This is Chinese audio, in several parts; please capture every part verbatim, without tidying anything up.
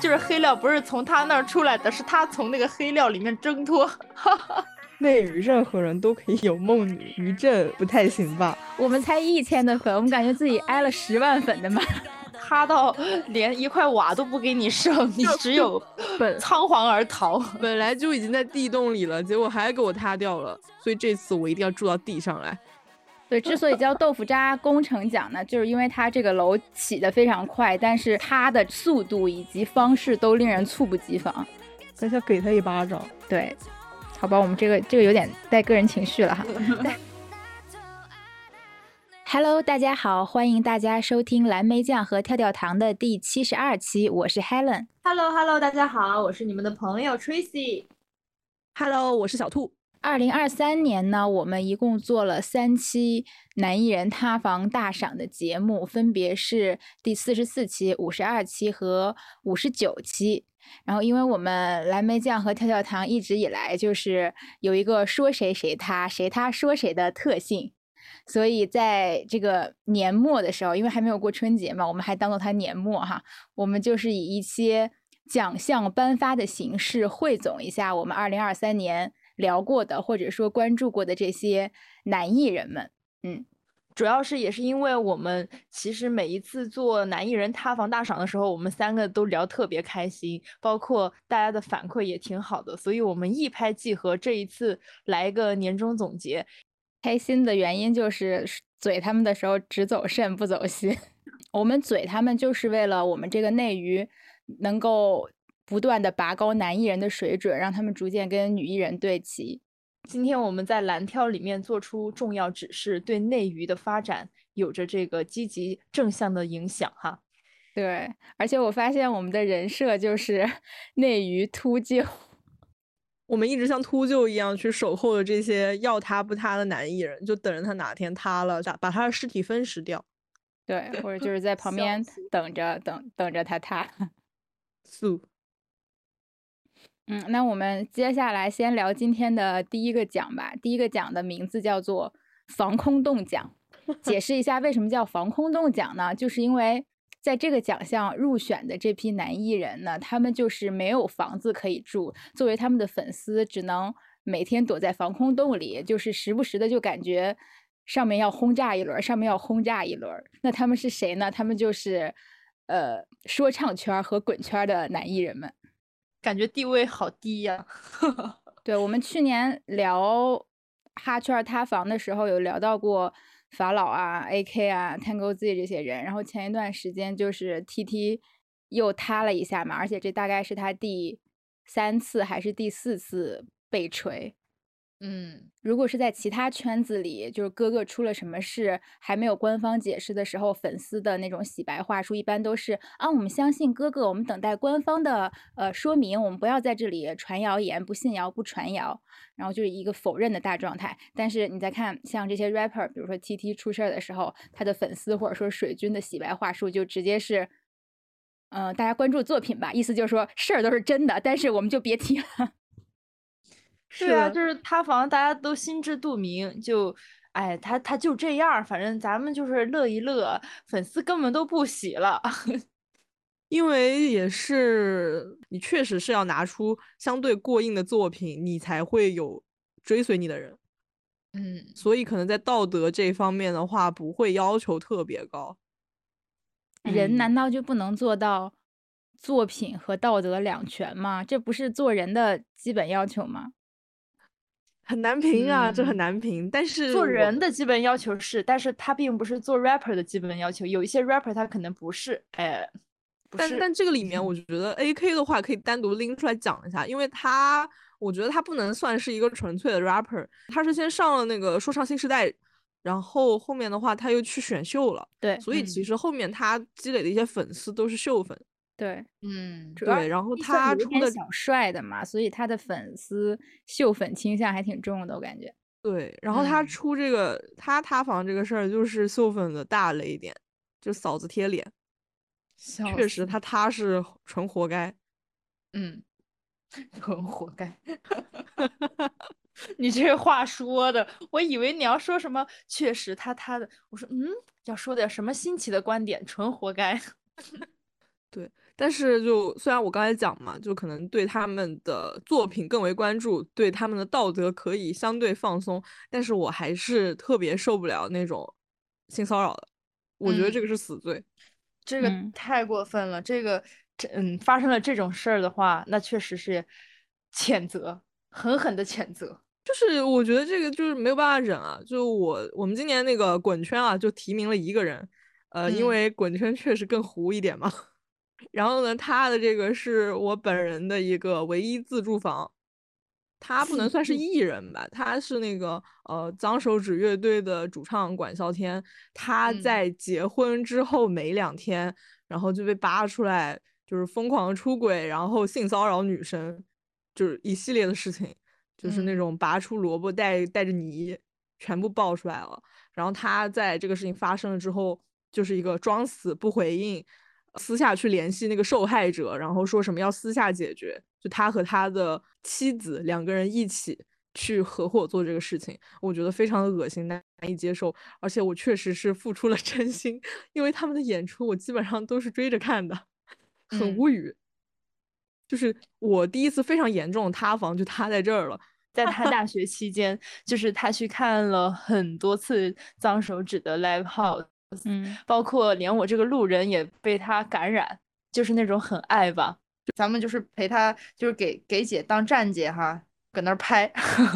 就是黑料不是从他那儿出来的，是他从那个黑料里面挣脱。 内娱任何人都可以有梦女，于正不太行吧？ 我们才一千的粉，我们感觉自己挨了十万粉的嘛。 他到连一块瓦都不给你剩，你只有本仓皇而逃。 本来就已经在地洞里了，结果还给我塌掉了，所以这次我一定要住到地上来。 对，之所以叫豆腐渣工程奖呢，就是因为它这个楼起得非常快，但是它的速度以及方式都令人猝不及防， 很想给他一巴掌。 对，好吧，我们这个这个有点带个人情绪了哈。Hello， 大家好，欢迎大家收听蓝莓酱和跳跳糖的第七十二期，我是 Helen。Hello Hello， 大家好，我是你们的朋友 Tracy。Hello， 我是小兔。 二零二三年呢，我们一共做了三期男艺人塌房大赏的节目，分别是第四十四期、五十二期和五十九期。然后，因为我们蓝莓酱和跳跳糖一直以来就是有一个说谁谁塌，谁塌说谁的特性，所以在这个年末的时候，因为还没有过春节嘛，我们还当做它年末哈，我们就是以一些奖项颁发的形式汇总一下我们二零二三年聊过的或者说关注过的这些男艺人们。嗯， 主要是也是因为我们其实每一次做男艺人塌房大赏的时候，我们三个都聊特别开心，包括大家的反馈也挺好的，所以我们一拍即合，这一次来一个年终总结。 开心的原因就是嘴他们的时候只走肾不走心，我们嘴他们就是为了我们这个内娱能够不断的拔高男艺人的水准，让他们逐渐跟女艺人对齐。 今天我们在蓝挑里面做出重要指示，对内娱的发展有着这个积极正向的影响哈。 对，而且我发现我们的人设就是内娱秃鹫， 我们一直像秃鹫一样去守候着这些要塌不塌的男艺人，就等着他哪天塌了，把他的尸体分食掉。 对，或者就是在旁边等着等等着他塌。 素。 嗯，那我们接下来先聊今天的第一个奖吧。第一个奖的名字叫做防空洞奖。解释一下为什么叫防空洞奖呢？就是因为在这个奖项入选的这批男艺人呢，他们就是没有房子可以住，作为他们的粉丝只能每天躲在防空洞里，就是时不时的就感觉上面要轰炸一轮，上面要轰炸一轮。那他们是谁呢？他们就是呃说唱圈和滚圈的男艺人们。 感觉地位好低呀、 啊。对，我们去年聊哈圈塌房的时候有聊到过法老啊 A K 啊 Tango Z 这些人，然后前一段时间就是 T T 又塌了一下嘛，而且这大概是他第三次还是第四次被锤。 嗯， 如果是在其他圈子里，就是哥哥出了什么事还没有官方解释的时候，粉丝的那种洗白话术一般都是啊，我们相信哥哥，我们等待官方的呃说明，我们不要在这里传谣言，不信谣不传谣，然后就是一个否认的大状态。但是你再看像这些 rapper， 比如说 T T 出事的时候，他的粉丝或者说水军的洗白话术就直接是嗯、呃，大家关注作品吧，意思就是说事儿都是真的，但是我们就别提了。 对啊，就是塌房，大家都心知肚明，就，哎，他他就这样，反正咱们就是乐一乐，粉丝根本都不洗了。 因为也是你确实是要拿出相对过硬的作品，你才会有追随你的人。 嗯， 所以可能在道德这方面的话，不会要求特别高。 人难道就不能做到作品和道德两全吗？这不是做人的基本要求吗？ 很难评啊、 嗯、 这很难评。但是做人的基本要求是，但是他并不是做 rapper 的基本要求。有一些 rapper 他可能不是，哎，不是。 但但这个里面，我觉得 A K 的话可以单独拎出来讲一下，因为他，我觉得他不能算是一个纯粹的 rapper， 他是先上了那个说唱新时代，然后后面的话他又去选秀了， 对， 所以其实后面他积累的一些粉丝都是秀粉。 对， 嗯， 对，然后他出的小帅的嘛，所以他的粉丝秀粉倾向还挺重的，我感觉。 对，然后他出这个、嗯、他塌房这个事儿就是秀粉的大雷点，就嫂子贴脸，确实他塌是纯活该。 嗯，纯活该。你这话说的，我以为你要说什么，确实他他的，我说嗯，要说点什么新奇的观点，纯活该。 对，但是就虽然我刚才讲嘛，就可能对他们的作品更为关注，对他们的道德可以相对放松，但是我还是特别受不了那种性骚扰的，我觉得这个是死罪。 这个嗯太过分了。这个这嗯，发生了这种事儿的话，那确实是谴责，狠狠的谴责。 就是我觉得这个就是没有办法忍啊！就我我们今年那个滚圈啊，就提名了一个人，呃，因嗯为滚圈确实更糊一点嘛。然后呢，他的这个是我本人的一个唯一自住房，他不能算是艺人吧，他是那个呃脏手指乐队的主唱管啸天，他嗯在结婚之后没两天，然后就被扒出来，就是疯狂的出轨，然后性骚扰女生，就是一系列的事情，就是那嗯种拔出萝卜带带着泥，全部爆出来了。然后他在这个事情发生了之后，就是一个装死不回应，私下去联系那个受害者，然后说什么要私下解决，就他和他的妻子两个人一起去合伙做这个事情，我觉得非常的恶心，难以接受。而且我确实是付出了真心，因为他们的演出我基本上都是追着看的，很嗯， 无语。就是我第一次非常严重的塌房就塌在这儿了。 在他大学期间，就是他去看了很多次脏手指的 live house， 嗯包括连我这个路人也被他感染，就是那种很爱吧。咱们就是陪他，就是给给姐当站姐哈，搁那儿拍。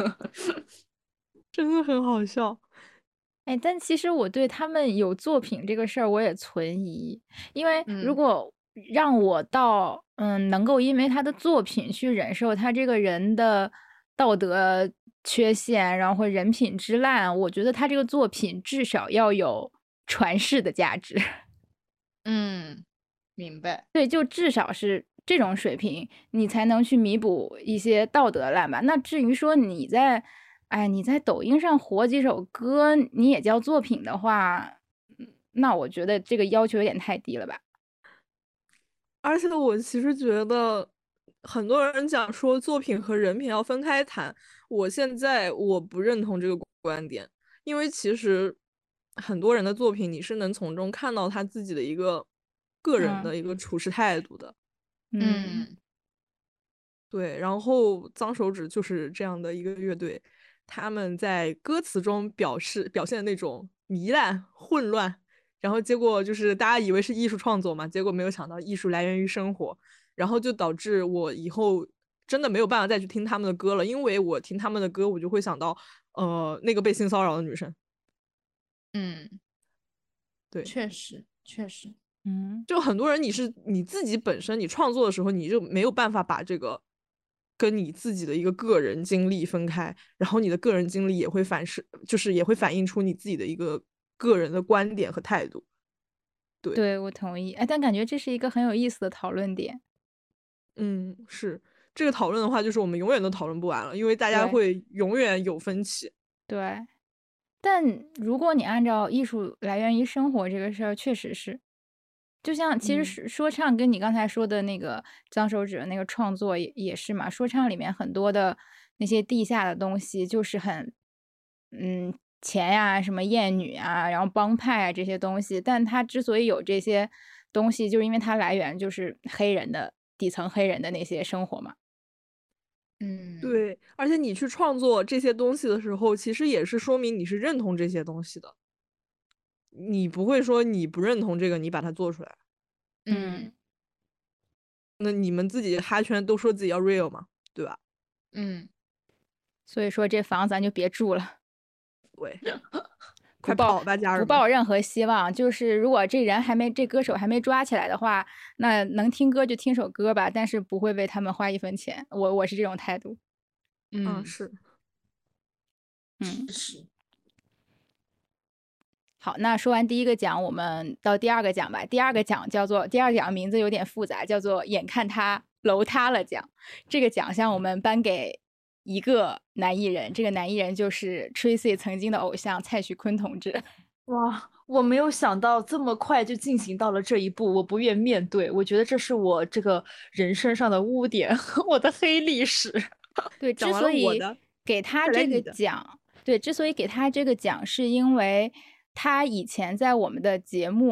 真的很好笑。 哎，但其实我对他们有作品这个事儿我也存疑，因为如嗯果让我到嗯能够因为他的作品去忍受他这个人的道德缺陷，然后或人品之烂，我觉得他这个作品至少要有传世的价值。 嗯，明白。 对，就至少是这种水平，你才能去弥补一些道德烂吧。那至于说你在，哎，你在抖音上火几首歌，你也叫作品的话，嗯那我觉得这个要求有点太低了吧。 而且我其实觉得，很多人讲说作品和人品要分开谈，我现在我不认同这个观点，因为其实很多人的作品，你是能从中看到他自己的一个个人嗯的一个处事态度的。 嗯嗯对，然后脏手指就是这样的一个乐队，他们在歌词中表示表现的那种糜烂、混乱，然后结果就是大家以为是艺术创作嘛，结果没有想到艺术来源于生活，然后就导致我以后真的没有办法再去听他们的歌了，因为我听他们的歌，我就会想到呃那个被性骚扰的女生。 嗯， 对， 确实确实。 嗯， 就很多人你是你自己本身你创作的时候，你就没有办法把这个跟你自己的一个个人经历分开，然后你的个人经历也会反射，就是也会反映出你自己的一个个人的观点和态度。对， 对，我同意。哎，但感觉这是一个很有意思的讨论点。 嗯，是这个讨论的话，就是我们永远都讨论不完了，因为大家对会永远有分歧。 对，但如果你按照艺术来源于生活这个事儿，确实是。就像其实嗯是说唱跟你刚才说的那个脏手指的那个创作也也是嘛，说唱里面很多的那些地下的东西就是很，嗯，钱呀、什么艳女啊，然后帮派啊这些东西，但它之所以有这些东西，就是因为它来源就是黑人的底层黑人的那些生活嘛。 嗯， 对，而且你去创作这些东西的时候，其实也是说明你是认同这些东西的。你不会说你不认同这个，你把它做出来。 嗯那你们自己哈圈都说自己要 real 嘛，对吧？ 嗯， 所以说这房咱就别住了。 对， 不快抱跑吧，家不人们！ 抱任何希望，就是如果这人还没这歌手还没抓起来的话，那能听歌就听首歌吧，但是不会为他们花一分钱。我我是这种态度。 嗯， 嗯， 是。 嗯， 是。 好，那说完第一个奖，我们到第二个奖吧。第二个奖叫做第二个奖名字有点复杂，叫做眼看他楼塌了奖。这个奖项我们颁给一个男艺人，这个男艺人就是 Tracy 曾经的偶像蔡徐坤同志。 哇，我没有想到这么快就进行到了这一步，我不愿面对，我觉得这是我这个人生上的污点和我的黑历史。 对， 讲完之所以了我的， 给他这个再来你的奖，对，之所以给他这个奖，是因为他以前在我们的节目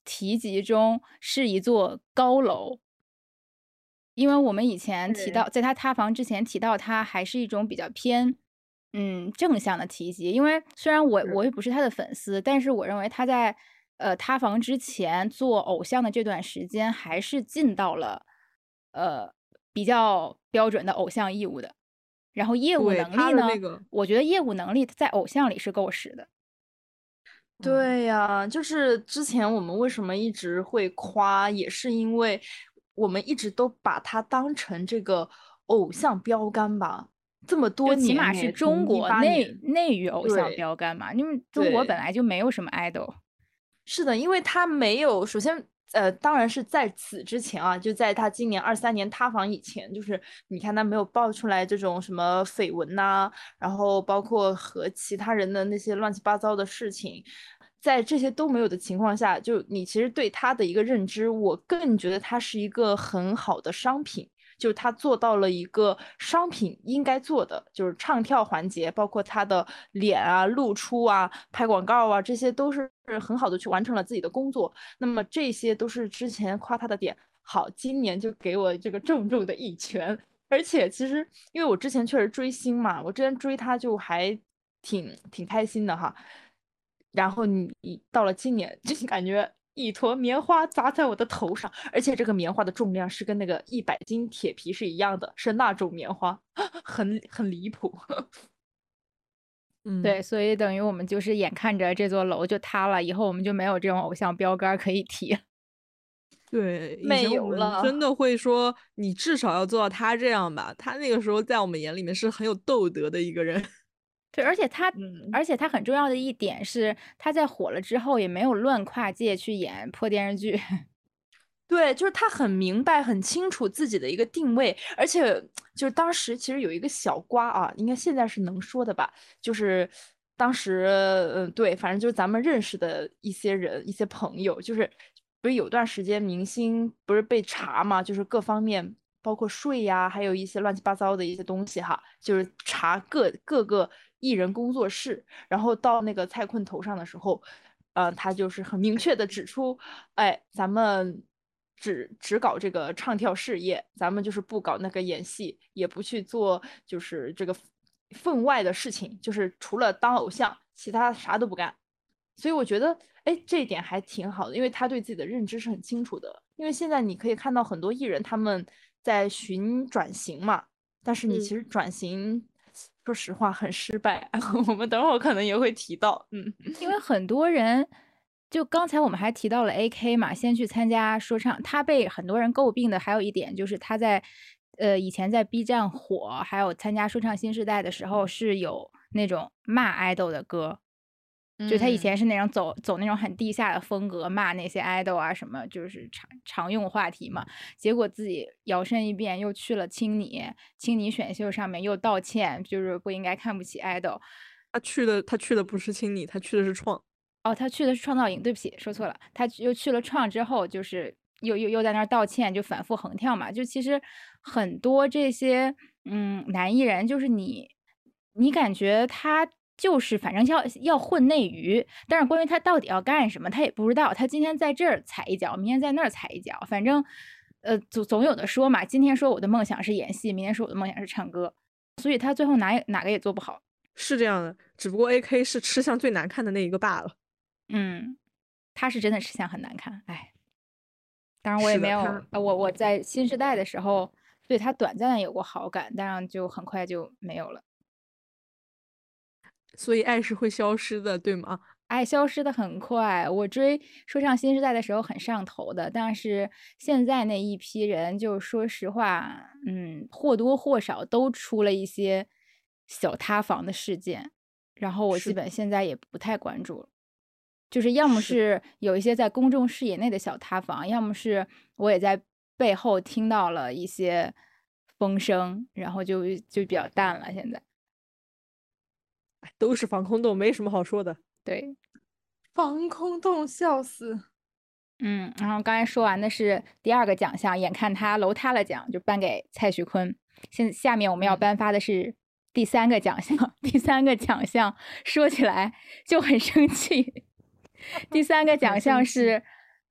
提及中是一座高楼。因为我们以前提到，在他塌房之前提到他还是一种比较偏嗯正向的提及，因为虽然我我也不是他的粉丝，但是我认为他在呃塌房之前做偶像的这段时间还是尽到了呃比较标准的偶像义务的。然后业务对能力呢， 他的那个我觉得业务能力在偶像里是够使的。 对呀，就是之前我们为什么一直会夸，也是因为我们一直都把它当成这个偶像标杆吧，这么多就起码是年哎，从中国一八内年， 内娱偶像对标杆嘛，因为中国本对， 来就没有什么 idol。 是的，因为他没有，首先，呃，当然是在此之前啊，就在他今年二三年塌房以前，就是你看他没有爆出来这种什么绯闻呐、然后包括和其他人的那些乱七八糟的事情，在这些都没有的情况下，就你其实对他的一个认知，我更觉得他是一个很好的商品。就是他做到了一个商品应该做的，就是唱跳环节，包括他的脸啊、露出啊、拍广告啊，这些都是很好的去完成了自己的工作。那么这些都是之前夸他的点。好，今年就给我这个重重的一拳。而且其实因为我之前确实追星嘛，我之前追他就还挺挺开心的哈。然后你到了今年，就感觉一坨棉花砸在我的头上，而且这个棉花的重量是跟那个一百斤铁皮是一样的，是那种棉花，很很离谱。 嗯， 对，所以等于我们就是眼看着这座楼就塌了，以后我们就没有这种偶像标杆可以提了。 对，以没前我有了们真的会说，你至少要做到他这样吧。他那个时候在我们眼里面是很有道德的一个人。 对，而且他， 嗯， 而且他很重要的一点是，他在火了之后也没有乱跨界去演破电视剧。 对，就是他很明白、很清楚自己的一个定位，而且就是当时其实有一个小瓜啊，应该现在是能说的吧？就是当时，嗯，对，反正就是咱们认识的一些人、一些朋友，就是不是有段时间明星不是被查嘛，就是各方面包括税呀，还有一些乱七八糟的一些东西哈，就是查各各个艺人工作室，然后到那个蔡坤头上的时候。呃，他就是很明确的指出，哎，咱们只只搞这个唱跳事业，咱们就是不搞那个演戏，也不去做就是这个分外的事情，就是除了当偶像，其他啥都不干。所以我觉得，哎，这一点还挺好的，因为他对自己的认知是很清楚的。因为现在你可以看到很多艺人他们在寻转型嘛，但是你其实转型，说实话很失败。我们等会儿可能也会提到，嗯。 因为很多人，就刚才我们还提到了 A K 嘛，先去参加说唱，他被很多人诟病的还有一点就是他在，呃，以前在 B 站火，还有参加说唱新时代的时候是有那种骂 idol 的歌，就他以前是那种走走那种很地下的风格，骂那些 idol 啊什么，就是常常用话题嘛。结果自己摇身一变，又去了青你，青你选秀上面又道歉，就是不应该看不起 idol。 他去的他去的不是青你，他去的是创。 哦，他去的是创造营，对不起，说错了。他又去了创之后，就是又又又在那儿道歉，就反复横跳嘛。就其实很多这些嗯男艺人，就是你你感觉他就是反正要要混内娱，但是关于他到底要干什么，他也不知道。他今天在这儿踩一脚，明天在那儿踩一脚，反正呃总总有的说嘛。今天说我的梦想是演戏，明天说我的梦想是唱歌，所以他最后哪哪个也做不好。 是这样的，只不过 A K 是吃相最难看的那一个罢了。 嗯，他是真的吃相很难看，哎。当然我也是的没有， 他呃，我我在新时代的时候对他短暂的有过好感，但是就很快就没有了。 所以爱是会消失的，对吗？ 爱消失的很快。我追说唱新时代的时候很上头的，但是现在那一批人，就说实话，嗯，或多或少都出了一些小塌房的事件，然后我是基本现在也不太关注了。就是要么是有一些在公众视野内的小塌房，要么是我也在背后听到了一些风声，然后就就比较淡了。现在都是防空洞，没什么好说的。 对， 防空洞笑死。 嗯，然后刚才说完的是第二个奖项，眼看他楼塌了奖就颁给蔡徐坤。现下面我们要颁发的是第三个奖项，第三个奖项说起来就很生气。第三个奖项是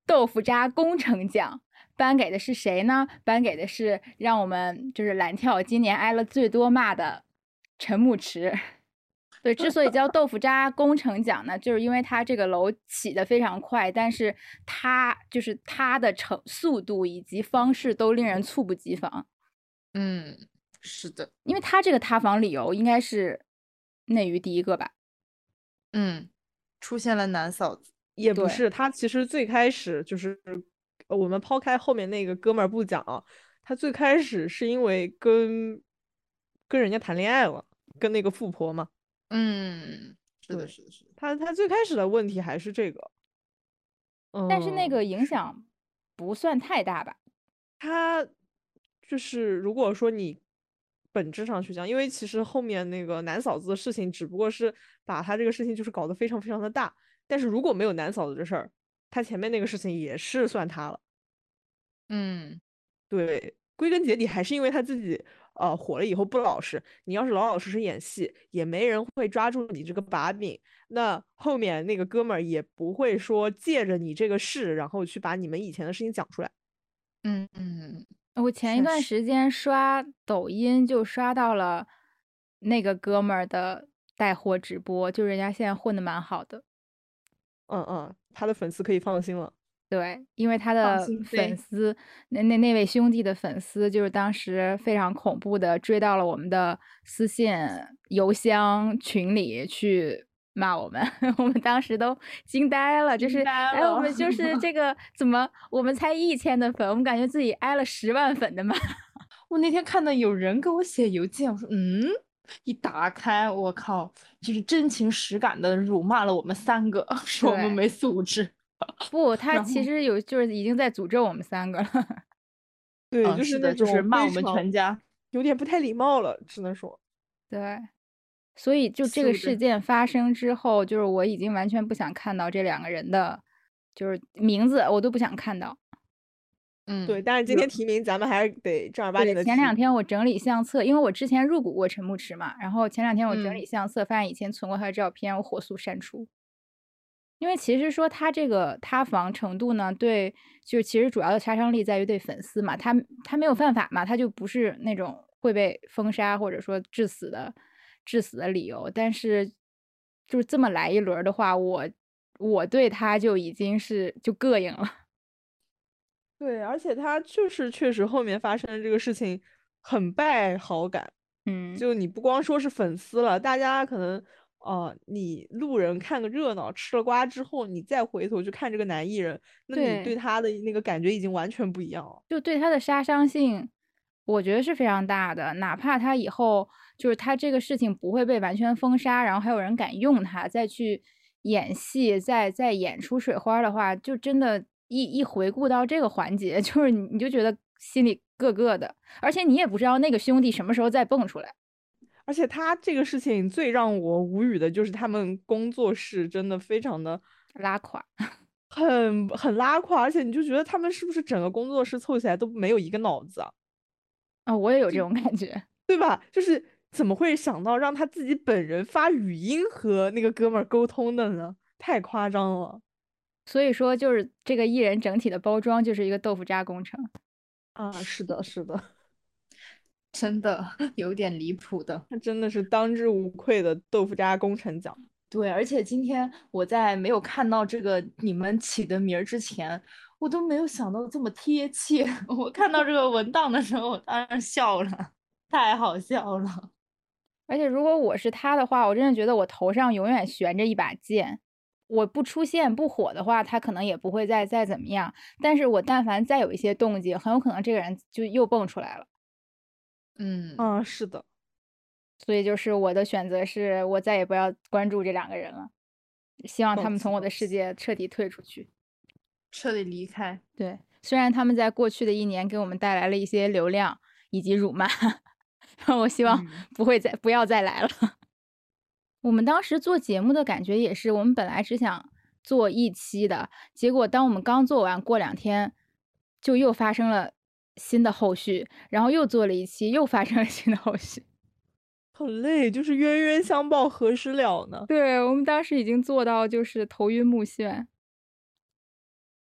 豆腐渣工程奖，颁给的是谁呢？颁给的是让我们就是蓝跳今年挨了最多骂的陈牧驰。对，之所以叫豆腐渣工程奖呢，就是因为它这个楼起得非常快，但是它就是它的成速度以及方式都令人猝不及防。 嗯，是的， 因为它这个塌房理由应该是内娱第一个吧？ 嗯，出现了男嫂子， 对也不是，他其实最开始就是呃我们抛开后面那个哥们儿不讲啊，他最开始是因为跟跟人家谈恋爱了，跟那个富婆嘛。 嗯，是的， 对是的，是的， 他他最开始的问题还是这个， 但是那嗯， 个影响不算太大吧？ 他就是如果说你本质上去讲，因为其实后面那个男嫂子的事情，只不过是把他这个事情就是搞得非常非常的大，但是如果没有男嫂子这事儿，他前面那个事情也是算他了。 嗯， 对，归根结底还是因为他自己呃火了以后不老实。你要是老老实实演戏，也没人会抓住你这个把柄。那后面那个哥们儿也不会说借着你这个事，然后去把你们以前的事情讲出来。 嗯嗯， 我前一确实段时间刷抖音就刷到了那个哥们儿的带货直播，就人家现在混得蛮好的。 嗯嗯，他的粉丝可以放心了。 对，因为他放的心飞粉丝，那那那位兄弟的粉丝，就是当时非常恐怖的追到了我们的私信邮箱群里去骂我们，我们当时都惊呆了，就是惊呆哎，我了们就是这个怎么我们才一千的粉，我们感觉自己挨了十万粉的骂。 我那天看到有人给我写邮件，我说嗯，一打开，我靠，就是真情实感的辱骂了我们三个，说我们对没素质。 不，他然后其实有就是已经在诅咒我们三个了。 对， 嗯， 就是那是的，就是种骂我们非常全家。 有点不太礼貌了，只能说。 对，所以就这个素质事件发生之后，就是我已经完全不想看到这两个人的，就是名字我都不想看到。 嗯， 对，但是今有天提名咱们还是得正儿八经对，前的提。 两天我整理相册，因为我之前入股过陈牧驰嘛，然后前两天我整嗯理相册，发现以前存过他的照片，我火速删除。因为其实说他这个塌房程度呢，对，就是其实主要的杀伤力在于对粉丝嘛，他他没有犯法嘛，他就不是那种会被封杀或者说致死的致死的理由。但是就是这么来一轮儿的话，我我对他就已经是就膈应了。 对，而且他就是确实后面发生的这个事情很败好感。 嗯， 就你不光说是粉丝了，大家可能呃，你路人看个热闹，吃了瓜之后，你再回头去看这个男艺人，那你对对他的那个感觉已经完全不一样了。 就对他的杀伤性，我觉得是非常大的。哪怕他以后就是他这个事情不会被完全封杀，然后还有人敢用他再去演戏，再再演出水花的话，就真的一一回顾到这个环节，就是你你就觉得心里咯咯的，而且你也不知道那个兄弟什么时候再蹦出来。 而且他这个事情最让我无语的就是他们工作室真的非常的拉垮。 很很拉胯，而且你就觉得他们是不是整个工作室凑起来都没有一个脑子啊？ 啊、我也有这种感觉。 对吧？就是怎么会想到让他自己本人发语音和那个哥们儿沟通的呢？太夸张了所以说，就是这个艺人整体的包装就是一个豆腐渣工程。 啊！是的，是的， 真的有点离谱的。 他真的是当之无愧的豆腐渣工程奖。 对，而且今天我在没有看到这个你们起的名儿之前，我都没有想到这么贴切。我看到这个文档的时候，我当然笑了，太好笑了。 而且如果我是他的话，我真的觉得我头上永远悬着一把剑。我不出现不火的话，他可能也不会再再怎么样。但是我但凡再有一些动静，很有可能这个人就又蹦出来了。 嗯， 啊，是的， 所以就是我的选择是我再也不要关注这两个人了，希望他们放弃从我的世界彻底退出去。 彻底离开。 对，虽然他们在过去的一年给我们带来了一些流量以及辱骂，我希望嗯不会再不要再来了。我们当时做节目的感觉也是，我们本来只想做一期的，结果当我们刚做完，过两天就又发生了新的后续，然后又做了一期，又发生了新的后续。 很累，就是冤冤相报何时了呢？ 对，我们当时已经做到就是头晕目眩。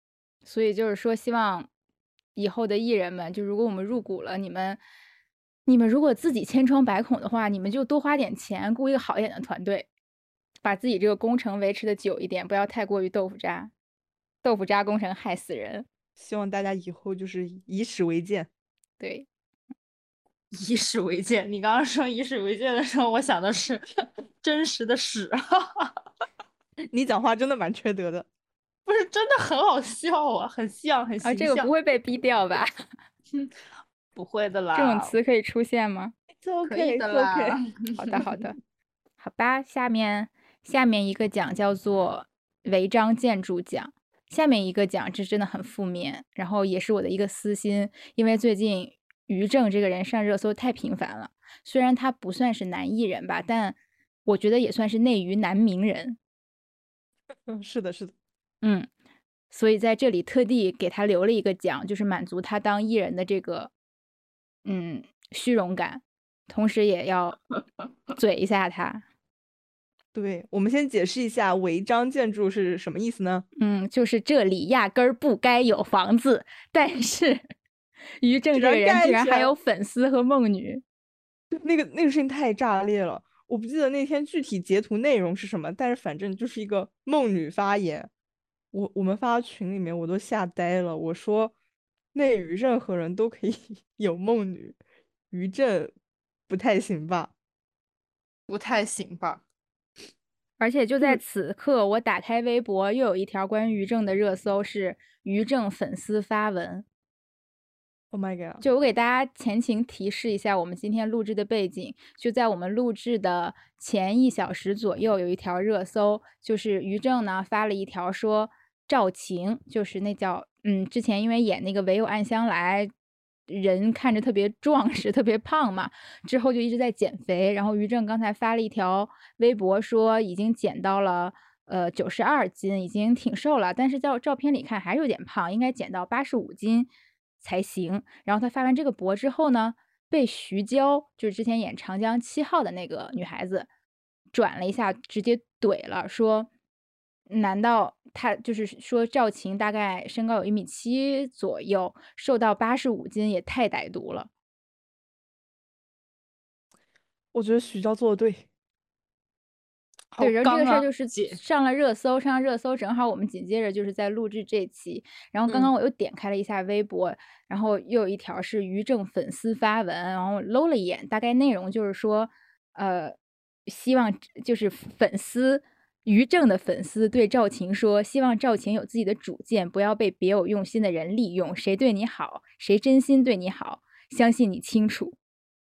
所以就是说，希望以后的艺人们，就如果我们入股了，你们你们如果自己千疮百孔的话，你们就多花点钱，雇一个好一点的团队，把自己这个工程维持的久一点，不要太过于豆腐渣。豆腐渣工程害死人。 希望大家以后就是以史为鉴。 对， 以史为鉴。你刚刚说以史为鉴的时候，我想的是真实的史。 你讲话真的蛮缺德的。 不是，真的很好笑啊，很像，很形象。 啊，这个不会被逼掉吧？ 不会的啦。 这种词可以出现吗？ 可以的啦。 好的，好的，好吧。下面下面一个奖叫做违章建筑奖。下面一个奖这真的很负面，然后也是我的一个私心，因为最近于正这个人上热搜太频繁了。虽然他不算是男艺人吧，但我觉得也算是内娱男名人。 嗯，是的，是的。 嗯，所以在这里特地给他留了一个奖，就是满足他当艺人的这个嗯虚荣感，同时也要嘴一下他。 对，我们先解释一下违章建筑是什么意思呢？ 嗯，就是这里压根儿不该有房子，但是于正这个人居然还有粉丝和梦女。 那个那个事情太炸裂了，我不记得那天具体截图内容是什么，但是反正就是一个梦女发言。我我们发群里面我都吓呆了，我说内娱任何人都可以有梦女，于正不太行吧？ 不太行吧？ 而且就在此刻，我打开微博，又有一条关于于正的热搜是于正粉丝发文。 Oh my god！ 就我给大家前情提示一下，我们今天录制的背景，就在我们录制的前一小时左右，有一条热搜，就是于正呢发了一条说赵晴，就是那叫嗯，之前因为演那个唯有暗香来。人看着特别壮实，特别胖嘛，之后就一直在减肥。然后于正刚才发了一条微博，说已经减到了呃九十二斤，已经挺瘦了，但是照照片里看还是有点胖，应该减到八十五斤才行。然后他发完这个博之后呢，被徐娇，就是之前演《长江七号》的那个女孩子，转了一下，直接怼了，说。难道他就是说赵晴大概身高有一米七左右，瘦到八十五斤也太歹毒了。 我觉得徐娇做的对。 对，然后这个事儿就是姐上了热搜，上了热搜，正好我们紧接着就是在录制这期，然后刚刚我又点开了一下微博，嗯、然后又有一条是于正粉丝发文，然后搂了一眼，大概内容就是说，呃，希望就是粉丝。于正的粉丝对赵晴说：“希望赵晴有自己的主见，不要被别有用心的人利用。谁对你好，谁真心对你好，相信你清楚。”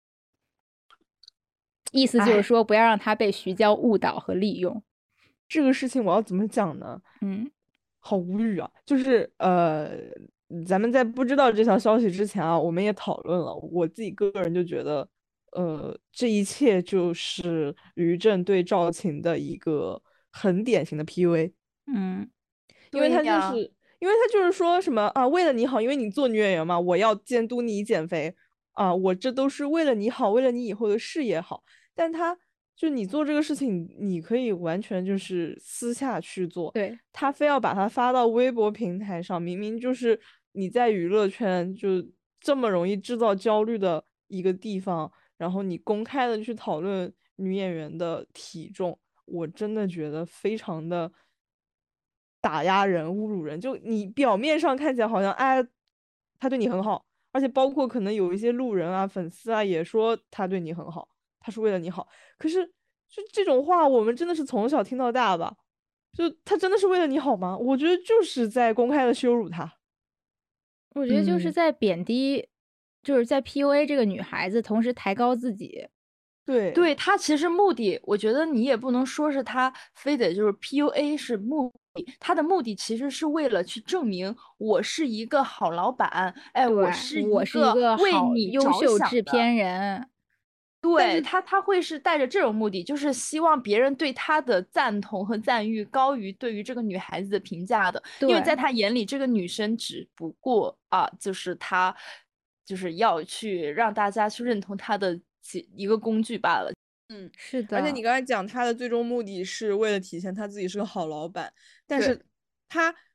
意思就是说，不要让他被徐娇误导和利用。 这个事情我要怎么讲呢？ 嗯， 好无语啊！就是呃，咱们在不知道这条消息之前啊，我们也讨论了。我自己个人就觉得，呃，这一切就是于正对赵晴的一个。很典型的 P U A， 嗯， 因为他就是，因为他就是说什么啊，为了你好，因为你做女演员嘛，我要监督你减肥啊，我这都是为了你好，为了你以后的事业好。但他就你做这个事情，你可以完全就是私下去做， 对， 他非要把它发到微博平台上，明明就是你在娱乐圈就这么容易制造焦虑的一个地方，然后你公开的去讨论女演员的体重。我真的觉得非常的打压人、侮辱人。就你表面上看起来好像，哎，他对你很好，而且包括可能有一些路人啊、粉丝啊也说他对你很好，他是为了你好。可是，就这种话，我们真的是从小听到大吧？就他真的是为了你好吗？我觉得就是在公开的羞辱他。 我觉得就是在贬低，嗯、就是在 P U A 这个女孩子，同时抬高自己。 对， 对他其实目的，我觉得你也不能说是他非得就是 P U A 是目的，他的目的其实是为了去证明我是一个好老板，哎， 我是一个为你优秀制片人。 对他，他会是带着这种目的，就是希望别人对他的赞同和赞誉高于对于这个女孩子的评价的，因为在他眼里，这个女生只不过啊，就是他就是要去让大家去认同他的一个工具罢了。 嗯， 是的。 而且你刚才讲他的最终目的是为了体现他自己是个好老板，但是他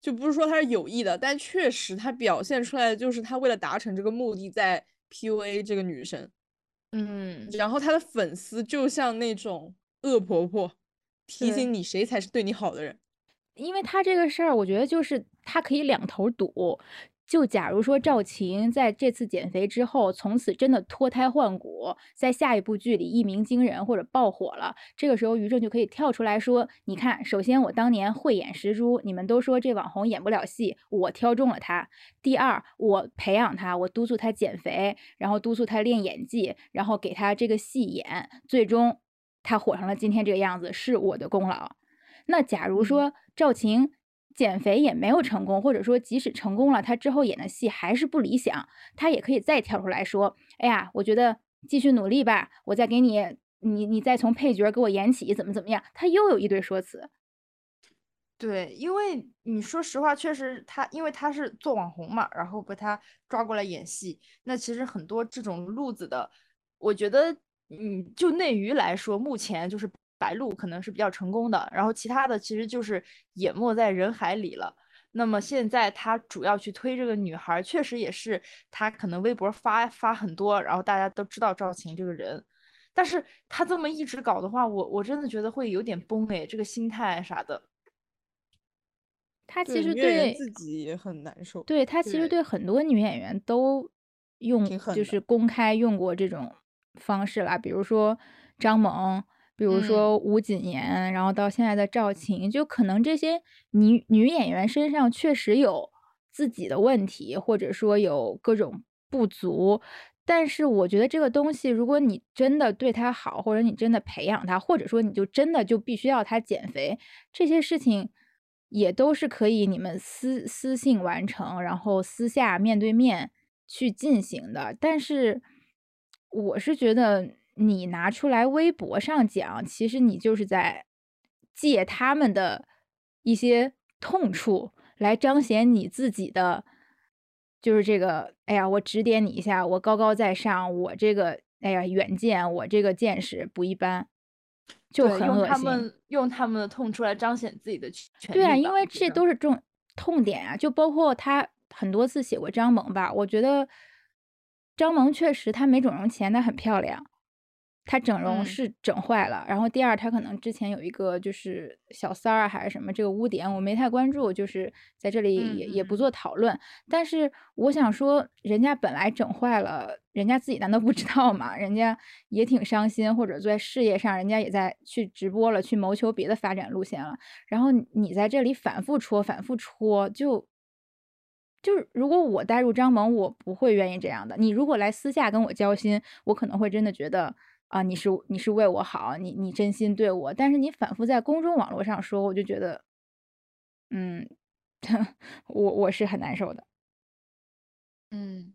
就不是说他是有意的，但确实他表现出来的就是他为了达成这个目的在 P U A 这个女生。 嗯， 然后他的粉丝就像那种恶婆婆，提醒你谁才是对你好的人。 因为他这个事儿，我觉得就是他可以两头堵。就假如说赵晴在这次减肥之后，从此真的脱胎换骨，在下一部剧里一鸣惊人或者爆火了，这个时候于正就可以跳出来说：“你看，首先我当年慧眼识珠，你们都说这网红演不了戏，我挑中了他。第二，我培养他，我督促他减肥，然后督促他练演技，然后给他这个戏演，最终他火成了今天这个样子，是我的功劳。”那假如说赵晴减肥也没有成功，或者说即使成功了，她之后演的戏还是不理想，她也可以再跳出来说：“哎呀，我觉得继续努力吧，我再给你，你你再从配角给我演起，怎么怎么样。”她又有一堆说辞。 对，因为你说实话，确实他，因为他是做网红嘛，然后被他抓过来演戏，那其实很多这种路子的，我觉得，嗯，就内娱来说，目前就是白鹿可能是比较成功的，然后其他的其实就是淹没在人海里了。那么现在他主要去推这个女孩，确实也是他可能微博发发很多，然后大家都知道赵晴这个人，但是他这么一直搞的话，我我真的觉得会有点崩诶，这个心态啥的。 她其对，女演员实对自己也很难受。 对她其实对对很多女演员都用挺狠的就是公开用过这种方式啦，比如说张萌，比如嗯说吴谨言，然后到现在的赵晴，就可能这些女女演员身上确实有自己的问题，或者说有各种不足。但是我觉得这个东西，如果你真的对她好，或者你真的培养她，或者说你就真的就必须要她减肥，这些事情也都是可以你们私私信完成，然后私下面对面去进行的。但是我是觉得你拿出来微博上讲，其实你就是在借他们的一些痛处来彰显你自己的，就是这个，哎呀，我指点你一下，我高高在上，我这个，哎呀，远见，我这个见识不一般，就对， 很用他恶心。 们用他们的痛出来彰显自己的权权对啊， 利吧， 因为这我觉得。 都是重痛点啊，就包括他很多次写过张萌吧，我觉得张萌确实她没整容前她很漂亮，她整容嗯是整坏了。然后第二，她可能之前有一个就是小三儿啊还是什么这个污点，我没太关注，就是在这里嗯也也不嗯做讨论。但是我想说，人家本来整坏了，人家自己难道不知道吗？人家也挺伤心，或者在事业上，人家也在去直播了，去谋求别的发展路线了。然后你在这里反复戳，反复戳，就就是如果我带入张萌，我不会愿意这样的。你如果来私下跟我交心，我可能会真的觉得啊、你是你是为我好，你你真心对我。但是你反复在公众网络上说，我就觉得，嗯，我我是很难受的。 嗯，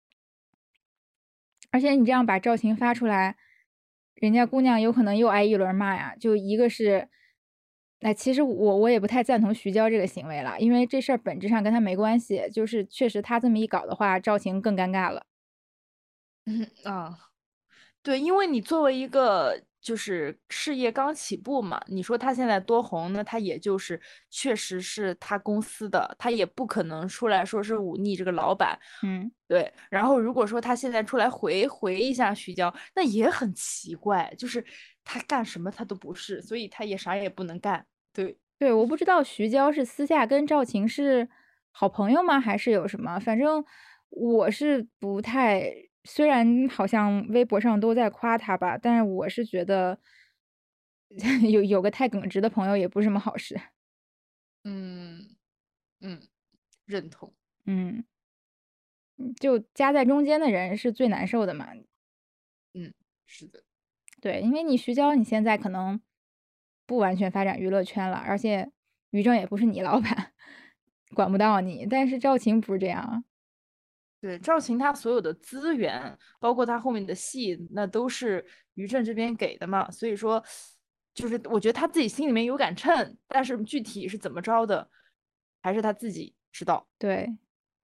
而且你这样把赵晴发出来，人家姑娘有可能又挨一轮骂呀。就一个是，哎，其实我我也不太赞同徐娇这个行为了，因为这事儿本质上跟她没关系，就是确实她这么一搞的话，赵晴更尴尬了。 嗯啊，对，因为你作为一个就是事业刚起步嘛，你说他现在多红，那他也就是确实是他公司的，他也不可能出来说是忤逆这个老板， 嗯。 对。然后如果说他现在出来回回一下徐娇，那也很奇怪，就是他干什么他都不是，所以他也啥也不能干，对。 对，我不知道徐娇是私下跟赵晴是好朋友吗？还是有什么？反正我是不太，虽然好像微博上都在夸她吧，但是我是觉得有有个太耿直的朋友也不是什么好事。 嗯嗯，认同。 嗯，就夹在中间的人是最难受的嘛。 嗯，是的。 对，因为你徐娇你现在可能不完全发展娱乐圈了，而且于正也不是你老板，管不到你。但是赵晴不是这样啊。 对，赵晴她所有的资源，包括她后面的戏，那都是于正这边给的嘛。所以说，就是我觉得他自己心里面有杆秤，但是具体是怎么着的，还是他自己知道。 对。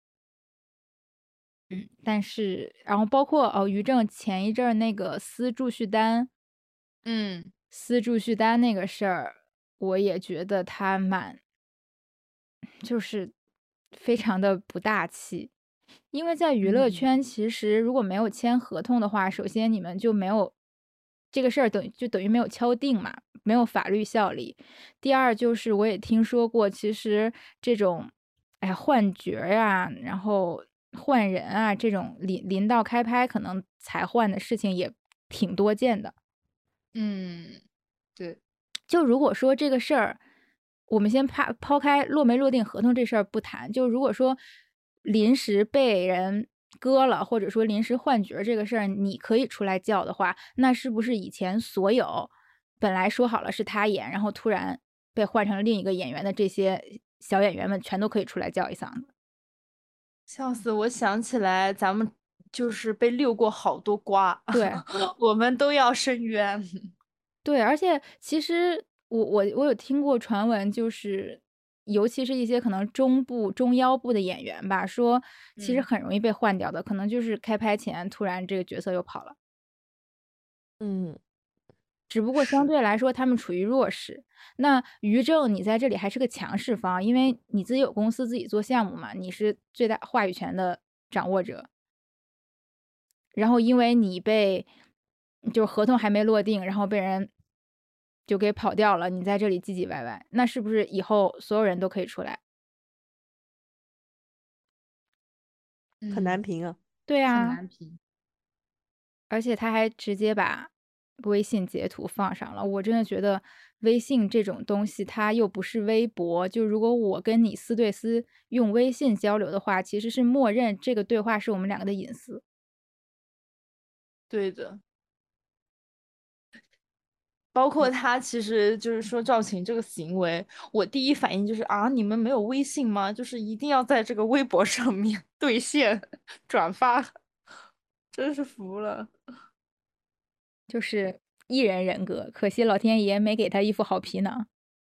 嗯，但是然后包括哦，于正前一阵儿那个撕祝绪单， 嗯撕祝绪单那个事儿，我也觉得他蛮就是非常的不大气。因为在娱乐嗯圈，其实如果没有签合同的话，首先你们就没有这个事儿等于就等于没有敲定嘛，没有法律效力。第二就是我也听说过，其实这种哎呀换角儿呀，然后换人啊，这种临临到开拍可能才换的事情也挺多见的。 嗯，对， 就如果说这个事儿，我们先抛抛开落没落定合同这事儿不谈，就如果说临时被人割了，或者说临时换角儿这个事儿，你可以出来叫的话，那是不是以前所有本来说好了是他演，然后突然被换成了另一个演员的这些小演员们，全都可以出来叫一嗓子？ 笑死！我想起来，咱们就是被溜过好多瓜， 对。 我们都要申冤。 对，而且其实我我我有听过传闻，就是尤其是一些可能中部、中腰部的演员吧，说其实嗯很容易被换掉的，可能就是开拍前突然这个角色又跑了。 嗯， 只不过相是。 对来说他们处于弱势。那于正你在这里还是个强势方，因为你自己有公司自己做项目嘛，你是最大话语权的掌握者。然后因为你被就合同还没落定，然后被人就给跑掉了，你在这里唧唧歪歪，那是不是以后所有人都可以出来？ 很难嗯， 评啊。 很对啊， 难评。 而且他还直接把微信截图放上了，我真的觉得微信这种东西，它又不是微博，就如果我跟你私对私用微信交流的话，其实是默认这个对话是我们两个的隐私。 对的，包括他其实就是说赵晴这个行为，我第一反应就是啊，你们没有微信吗？就是一定要在这个微博上面兑现转发，真是服了。 就是艺人人格，可惜老天爷没给他一副好皮囊，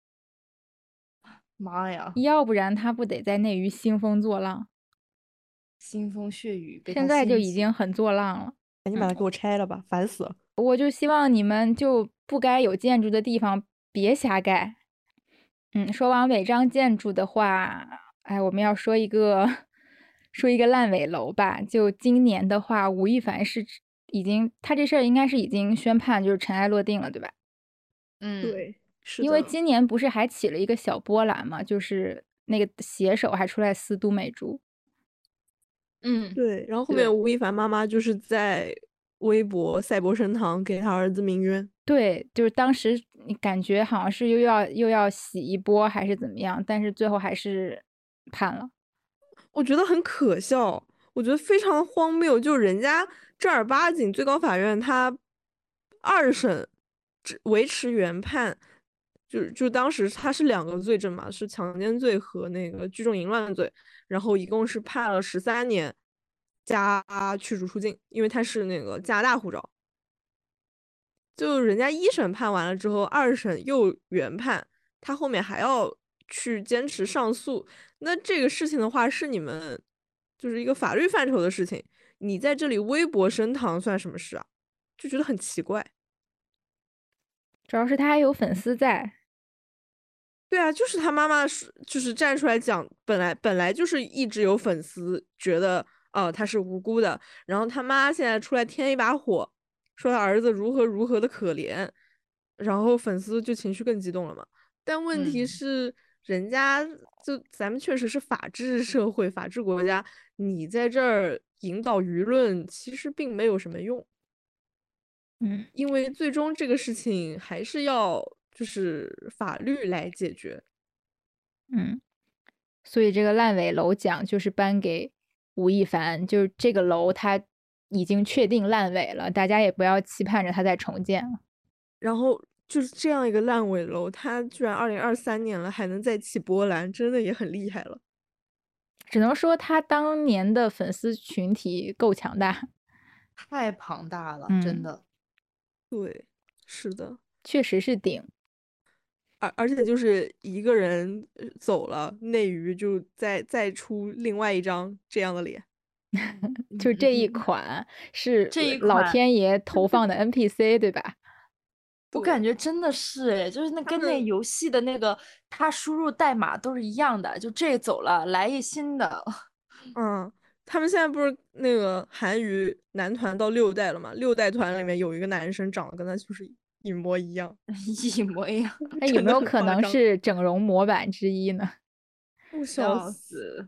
妈呀， 要不然他不得在内娱兴风作浪， 腥风血雨被他现在就掀起。 已经很作浪了。 赶紧把它给我拆了吧，烦死了。 我就希望你们就不该有建筑的地方别瞎盖。嗯，说完违章建筑的话，哎，我们要说一个说一个烂尾楼吧。就今年的话，吴亦凡是已经他这事儿应该是已经宣判，就是尘埃落定了，对吧？ 嗯， 对，是因为的。 今年不是还起了一个小波澜嘛，就是那个写手还出来撕都美竹。 嗯， 对，然后后对， 面吴亦凡妈妈就是在微博赛博神堂给他儿子鸣冤。 对，就是当时你感觉好像是又要又要洗一波还是怎么样，但是最后还是判了。 我觉得很可笑，我觉得非常荒谬。就人家正儿八经最高法院他二审只维持原判，就就当时他是两个罪证嘛，是强奸罪和那个聚众淫乱罪，然后一共是判了十三年加驱逐出境，因为他是那个加拿大护照。就人家一审判完了之后，二审又原判，他后面还要去坚持上诉。那这个事情的话，是你们就是一个法律范畴的事情，你在这里微博升堂算什么事啊？就觉得很奇怪。 主要是他还有粉丝在。 对啊，就是他妈妈是就是站出来讲，本来本来就是一直有粉丝觉得哦、呃他是无辜的，然后他妈现在出来添一把火，说他儿子如何如何的可怜，然后粉丝就情绪更激动了嘛。但问题嗯， 是，人家就咱们确实是法治社会、法治国家，你在这儿引导舆论，其实并没有什么用。 嗯因为最终这个事情还是要就是法律来解决。 嗯，所以这个烂尾楼奖就是颁给吴亦凡，就是这个楼他已经确定烂尾了，大家也不要期盼着它再重建了。 然后就是这样一个烂尾楼，它居然二零二三年了还能再起波澜，真的也很厉害了。 只能说他当年的粉丝群体够强大。 太庞大了，真嗯， 的。 对，是的。 确实是顶。 而而且就是一个人呃走了，内娱就再再出另外一张这样的脸。 就这一款是这一老款天爷投放的 N P C 对吧？ 我感觉真的是哎，就是那跟那游戏的那个他输入代码都是一样的，就这走了来一新的。 嗯，他们现在不是那个韩娱男团到六代了嘛？六代团里面有一个男生长得跟他就是一模一样， 一模一样。 那有没有可能是整容模板之一呢？ 我笑死！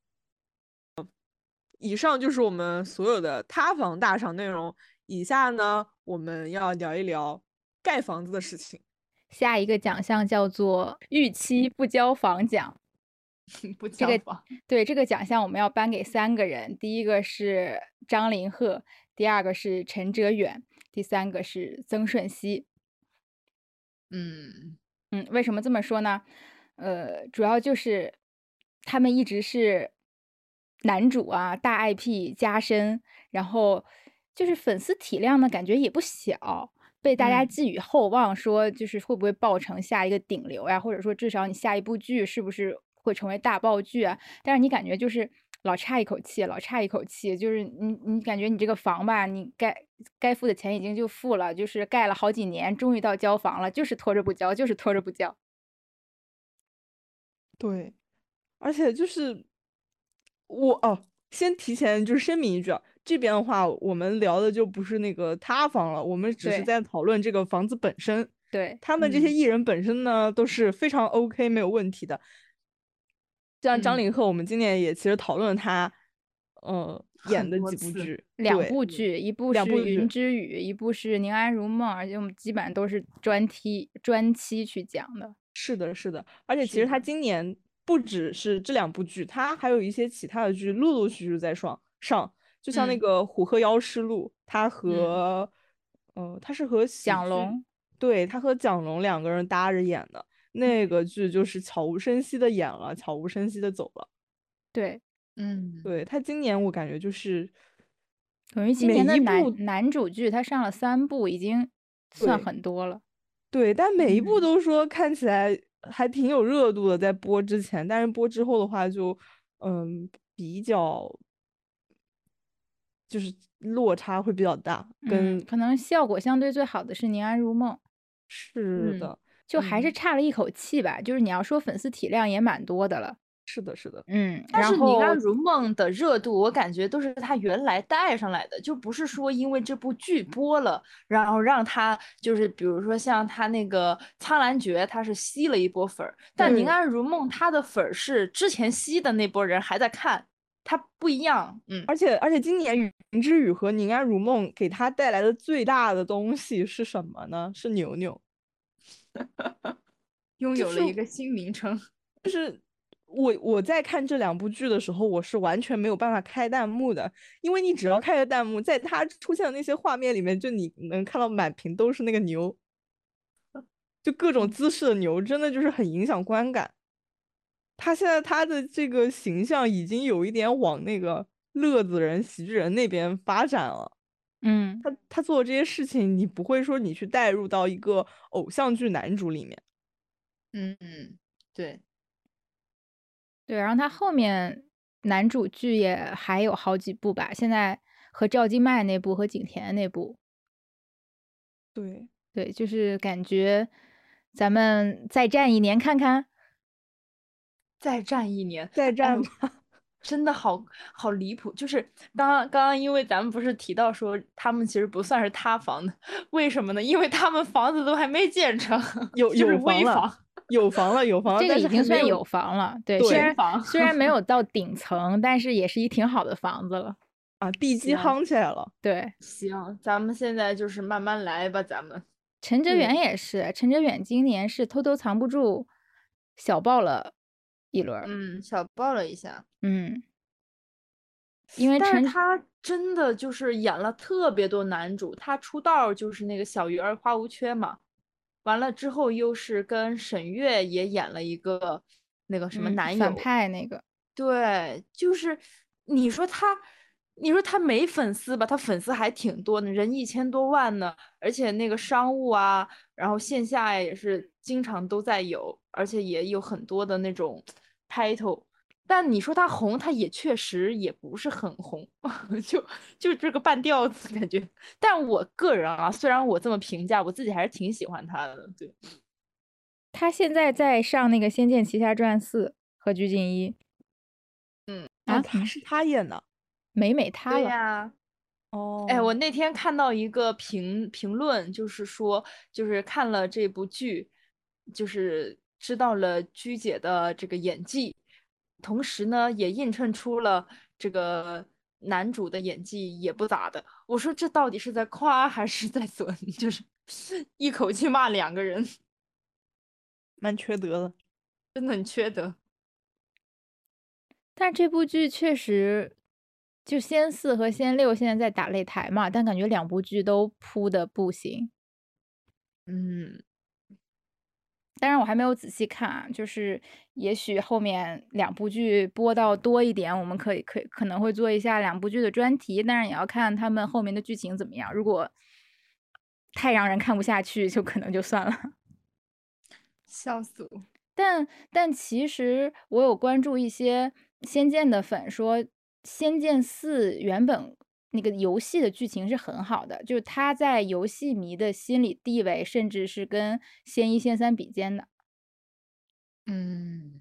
以上就是我们所有的塌房大赏内容。以下呢，我们要聊一聊盖房子的事情。 下一个奖项叫做预期不交房奖。 不交房。 这个对这个奖项我们要颁给三个人，第一个是张凌赫，第二个是陈哲远，第三个是曾舜晞。 嗯嗯，为什么这么说呢？呃，主要就是他们一直是男主啊，大 I P 加深，然后就是粉丝体量呢，感觉也不小，被大家嗯寄予厚望，说就是会不会爆成下一个顶流呀，或者说至少你下一部剧是不是会成为大爆剧啊？但是你感觉就是老差一口气，老差一口气，就是你你感觉你这个房吧，你该该付的钱已经就付了，就是盖了好几年，终于到交房了，就是拖着不交，就是拖着不交。 对，而且就是我哦，先提前就是声明一句啊，这边的话我们聊的就不是那个塌房了，我们只是对在讨论这个房子本身。 对， 他们这些嗯艺人本身呢都是非常 OK 没有问题的。像张嗯凌赫，我们今年也其实讨论了他，呃，演很的多次几部剧， 两对， 部剧，一部是《 两部剧云之羽》，一部是《宁安如梦》，而且我们基本上都是专题专期去讲的。 是的，是的，而且其是的实他今年不只是这两部剧，他还有一些其他的剧陆陆续续在上上，就像那嗯个《虎鹤妖师录》，他嗯和，呃，他是和喜剧， 蒋龙， 对，他和蒋龙两个人搭着演的那个剧，就是悄无声息的演了，悄无声息的走了。 对， 嗯对，他今年我感觉就是等于今每年的男一部男主剧他上了三部，已经算对很多了。 对，但每一部嗯都说看起来还挺有热度的，在播之前，但是播之后的话就，嗯，比较就是落差会比较大， 嗯， 跟可能效果相对最好的是《宁安如梦》， 嗯是的， 就还是嗯， 差了一口气吧。就是你要说粉丝体量也蛮多的了。 是的，是的， 嗯， 但是《宁然后安如梦》的热度，我感觉都是他原来带上来的，就不是说因为这部剧播了，然后让他就是比如说像他那个《苍兰诀》，他是吸了一波粉儿，但《宁对， 安如梦》他的粉儿是之前吸的那波人还在看，他不一样。嗯， 而且而且今年云之羽和宁安如梦给他带来的最大的东西是什么呢？是牛牛。 拥就是有了一个新名称。 我我在看这两部剧的时候，我是完全没有办法开弹幕的，因为你只要开个弹幕，在它出现的那些画面里面，就你能看到满屏都是那个牛，就各种姿势的牛，真的就是很影响观感。他现在他的这个形象已经有一点往那个乐子人、喜剧人那边发展了。 嗯， 他他做的这些事情，你不会说你去带入到一个偶像剧男主里面。 嗯嗯，对， 对，然后他后面男主剧也还有好几部吧，现在和赵今麦那部和景甜那部， 对， 对，就是感觉咱们再战一年看看。 再战一年。 再哎呦， 战吧。 真的好好离谱！就是刚刚刚刚，因为咱们不是提到说他们其实不算是塌房的，为什么呢？因为他们房子都还没建成， 有就是有房了， 危房。 有房了，有房了， 这个但是还没有已经算有房了，对， 对虽然房虽然没有到顶层，但是也是一挺好的房子了。 啊，地基行夯起来了。 对， 行，咱们现在就是慢慢来吧，咱们。 陈哲对远也是，陈哲远今年是偷偷藏不住，小爆了一轮儿。 嗯，小爆了一下， 嗯，因为但陈是他真的就是演了特别多男主，他出道就是那个小鱼儿花无缺嘛，完了之后又是跟沈月也演了一个那个什么嗯反男友， 派那个， 对，就是你说他，你说他没粉丝吧，他粉丝还挺多的，人一千多万呢，而且那个商务啊，然后线下呀也是经常都在有，而且也有很多的那种 title， 但你说他红，他也确实也不是很红，就就这个半吊子感觉。但我个人啊，虽然我这么评价，我自己还是挺喜欢他的。对， 他现在在上那个《仙剑奇侠传四》和鞠婧祎。 嗯啊， 他是他演的。 美美他了。 对呀。 哦， 哎，我那天看到一个评评论，就是说，就是看了这部剧，就是知道了鞠姐的这个演技，同时呢，也映衬出了这个男主的演技也不咋的。我说这到底是在夸还是在损？就是一口气骂两个人， 蛮缺德的。 真的很缺德。 但是这部剧确实，就仙四和仙六现在在打擂台嘛，但感觉两部剧都扑的不行。 嗯， 当然我还没有仔细看啊，就是也许后面两部剧播到多一点，我们可以可以可能会做一下两部剧的专题，但是也要看他们后面的剧情怎么样。如果太让人看不下去，就可能就算了。 笑死我。 但但其实我有关注一些仙剑的粉说，仙剑四原本那个游戏的剧情是很好的，就是它在游戏迷的心理地位，甚至是跟仙一、仙三比肩的。 嗯，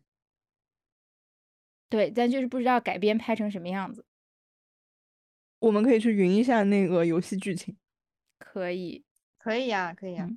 对，但就是不知道改编拍成什么样子。 我们可以去云一下那个游戏剧情。 可以。 可以呀，可以呀。 嗯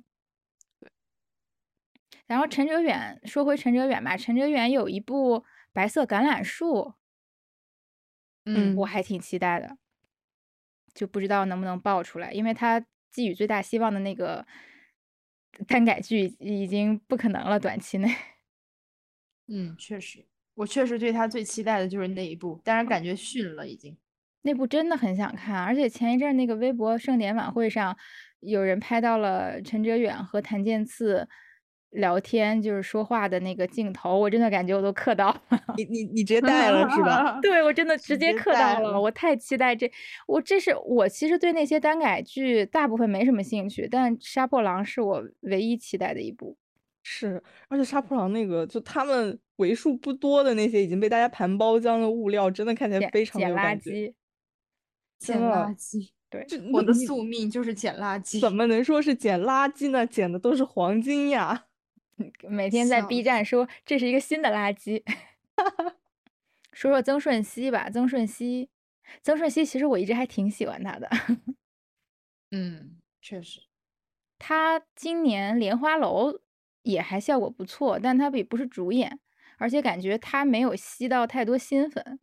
然后陈哲远，说回陈哲远吧，陈哲远有一部《白色橄榄树》， 嗯， 我还挺期待的，就不知道能不能爆出来，因为他寄予最大希望的那个耽改剧已经不可能了，短期内。 嗯，确实，我确实对他最期待的就是那一部，但是感觉逊了已经。 那部真的很想看，而且前一阵那个微博盛典晚会上，有人拍到了陈哲远和谭健次聊天，就是说话的那个镜头，我真的感觉我都磕到了。 你你你直接带了是吧？ 对，我真的直接直接磕到了， 带了我太期待这，我这是我其实对那些耽改剧大部分没什么兴趣，但《杀破狼》是我唯一期待的一部。 是，而且杀破狼那个，就他们为数不多的那些已经被大家盘包浆的物料，真的看起来捡非常的捡垃有感觉。 圾。 捡真的， 垃圾， 对， 这我的你宿命就是捡垃圾。 怎么能说是捡垃圾呢？捡的都是黄金呀！ 每天在笑 B 站说这是一个新的垃圾。说说曾舜晞吧，曾舜晞，曾舜晞其实我一直还挺喜欢他的。 嗯，确实。 他今年《莲花楼》也还效果不错，但他也不是主演，而且感觉他没有吸到太多新粉。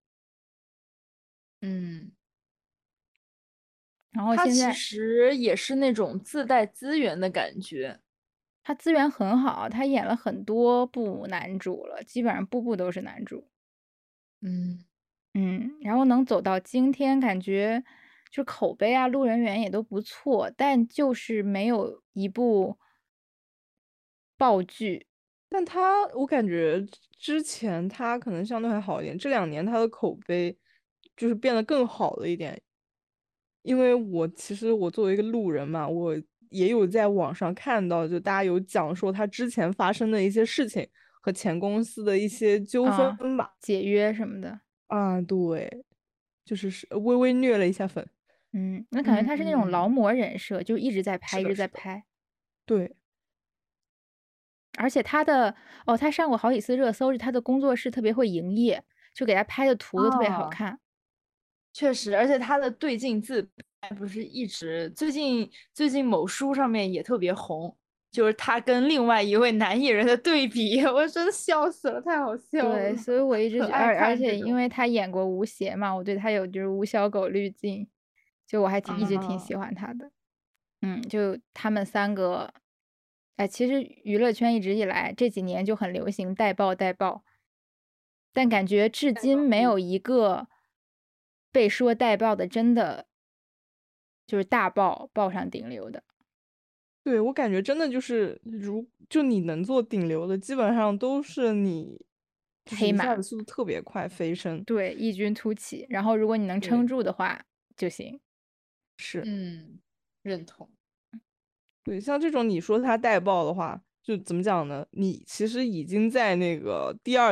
嗯， 然后他其现在实也是那种自带资源的感觉。 他资源很好，他演了很多部男主了，基本上部部都是男主。 嗯， 嗯，然后能走到今天，感觉就口碑啊、路人缘也都不错，但就是没有一部爆剧。 但他，我感觉之前他可能相对还好一点，这两年他的口碑就是变得更好了一点。因为我其实我作为一个路人嘛，我也有在网上看到，就大家有讲说他之前发生的一些事情和前公司的一些纠纷啊， 吧。 解约什么的。 啊，对，就是是微微虐了一下粉。 嗯，那感觉他是那种劳嗯， 模人设，就一直在拍，一是的，是的， 直在拍。 对， 而且他的哦，他上过好几次热搜，是他的工作室特别会营业，就给他拍的图都特别好啊， 看。 确实，而且他的对镜自拍不是一直最近最近某书上面也特别红，就是他跟另外一位男艺人的对比，我真的笑死了，太好笑对， 了， 所以我一直觉， 很爱而而且看这种。 因为他演过吴邪嘛，我对他有就是吴小狗滤镜，就我还挺一直挺啊， 喜欢他的。嗯，就他们三个，哎，其实娱乐圈一直以来这几年就很流行带爆带爆，但感觉至今没有一个被说带爆的真的就是大爆爆上顶流的。 对，我感觉真的就是，如就你能做顶流的，基本上都是你，就是黑马。 一下子速度特别快，飞升。 对，异军突起，然后如果你能撑对， 住的话就行。 是。 嗯，认同。 对，像这种你说他带爆的话，就怎么讲呢？你其实已经在那个第二梯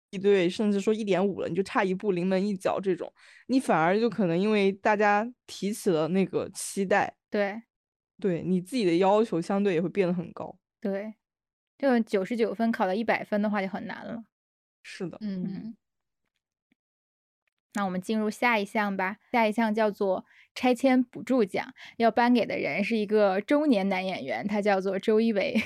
对，甚至说一点五了，你就差一步临门一脚这种，你反而就可能因为大家提起了那个期待， 对对你自己的要求相对也会变得很高。 对，就九十九分考到一百分的话就很难了。 是的， 嗯， 嗯，那我们进入下一项吧。下一项叫做拆迁补助奖，要颁给的人是一个中年男演员，他叫做周一围。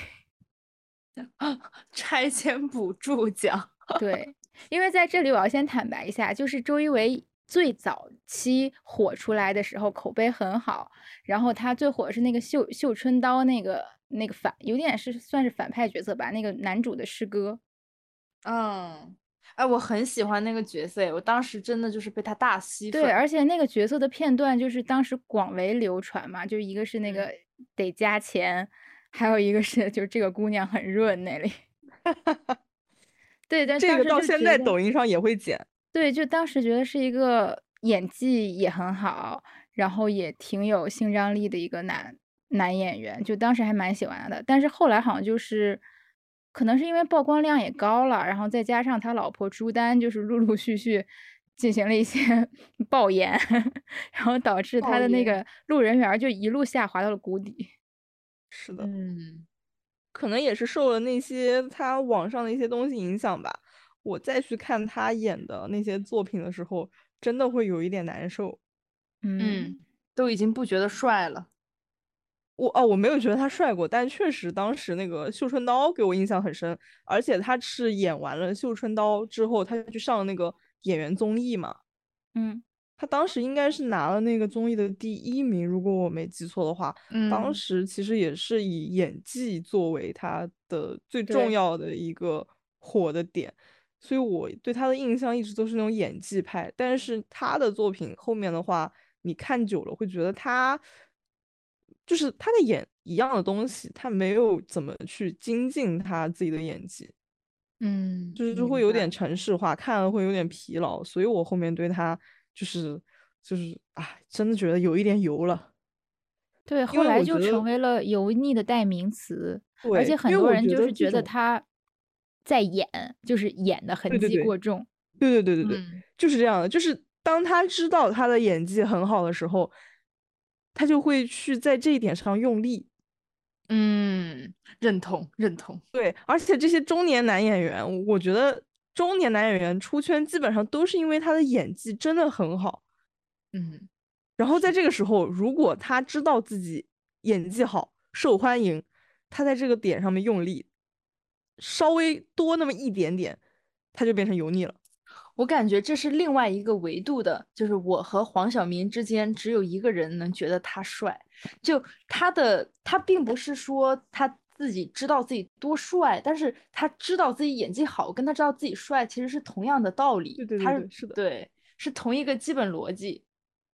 拆迁补助奖。 对，因为在这里我要先坦白一下，就是周一围最早期火出来的时候口碑很好，然后他最火的是那个绣绣春刀那个那个反，有点是算是反派角色吧，那个男主的师哥。 嗯，哎，我很喜欢那个角色，我当时真的就是被他大吸对， 粉。 而且那个角色的片段就是当时广为流传嘛，就一个是那个得加钱，还有一个是就是这个姑娘很润那里。对，但这个当时到现在就觉得抖音上也会剪。 对，就当时觉得是一个演技也很好，然后也挺有性张力的一个男男演员，就当时还蛮喜欢他的。但是后来好像就是可能是因为曝光量也高了，然后再加上他老婆朱丹就是陆陆续续进行了一些爆言，然后导致他爆言的那个路人缘儿就一路下滑到了谷底。 是的， 嗯， 可能也是受了那些他网上的一些东西影响吧。我再去看他演的那些作品的时候，真的会有一点难受。 嗯嗯，都已经不觉得帅了。 我哦，我没有觉得他帅过，但确实当时那个绣春刀给我印象很深，而且他是演完了绣春刀之后，他去上那个演员综艺嘛， 嗯他当时应该是拿了那个综艺的第一名，如果我没记错的话，当嗯时其实也是以演技作为他的最重对要的一个火的点，所以我对他的印象一直都是那种演技派。但是他的作品后面的话，你看久了会觉得他就是他在演一样的东西，他没有怎么去精进他自己的演技。 嗯， 就是会明白。 有点程式化，看了会有点疲劳，所以我后面对他就是就是啊，真的觉得有一点油了， 对， 因后为我觉得来就成为了油腻的代名词，而且对，因很多为我觉人就是觉得得这种他在演，就是演的痕迹对对对过重。 对对对对对， 嗯就是这样的，就是当他知道他的演技很好的时候，他就会去在这一点上用力。 嗯，认同认同。 对，而且这些中年男演员，我觉得中年男演员出圈基本上都是因为他的演技真的很好。 嗯， 然后在这个时候，如果他知道自己演技好、受欢迎，他在这个点上面用力，稍微多那么一点点，他就变成油腻了。 我感觉这是另外一个维度的，就是我和黄晓明之间只有一个人能觉得他帅，就他的他并不是说他自己知道自己多帅，但是他知道自己演技好，跟他知道自己帅其实是同样的道理，他是对对对对，是的， 对，是同一个基本逻辑，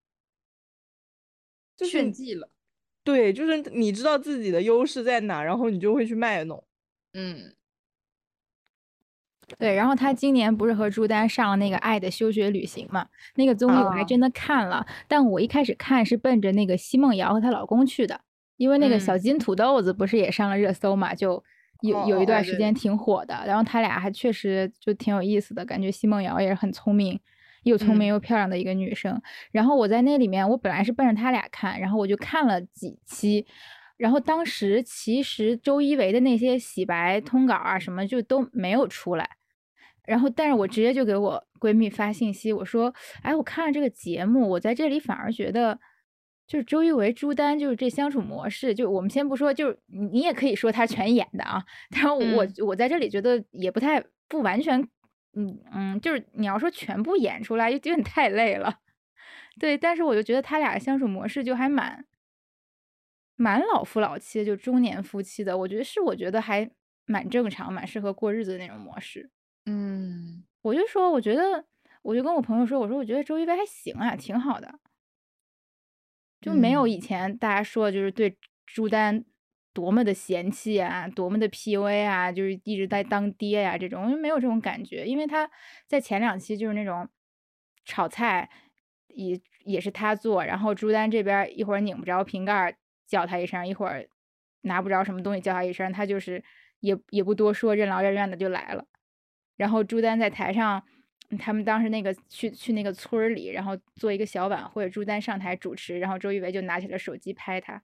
就是炫技了。 对，就是你知道自己的优势在哪，然后你就会去卖弄。 嗯对，然后他今年不是和朱丹上了那个《爱的休学旅行》嘛？那个综艺我还啊真的看了，但我一开始看是奔着那个奚梦瑶和她老公去的，因为那个小嗯金土豆子不是也上了热搜嘛，就有哦有一哦对对段时间挺火的。然后他俩还确实就挺有意思的，感觉奚梦瑶也是很聪明，又聪明嗯又漂亮的一个女生。然后我在那里面，我本来是奔着他俩看，然后我就看了几期。然后当时其实周一围的那些洗白通稿啊什么就都没有出来，然后但是我直接就给我闺蜜发信息，我说，哎，我看了这个节目，我在这里反而觉得，就是周一围、朱丹就是这相处模式，就我们先不说，就是你你也可以说他全演的啊，但是我嗯我在这里觉得也不太不完全，嗯嗯，就是你要说全部演出来，有点太累了，对，但是我就觉得他俩的相处模式就还蛮蛮老夫老妻，就中年夫妻的，我觉得是我觉得还蛮正常，蛮适合过日子的那种模式。 嗯我就说，我觉得，我就跟我朋友说，我说我觉得周一围还行啊，挺好的，就没有嗯以前大家说的就是对朱丹多么的嫌弃啊，多么的 P U A 啊，就是一直在当爹呀、这种，我就没有这种感觉，因为他在前两期就是那种炒菜也也是他做，然后朱丹这边儿一会儿拧不着瓶盖儿叫他一声，一会儿拿不着什么东西叫他一声，他就是也也不多说，任劳任怨的就来了。 然后朱丹在台上，他们当时那个去去那个村儿里，然后做一个小晚会，朱丹上台主持，然后周一围就拿起了手机拍他。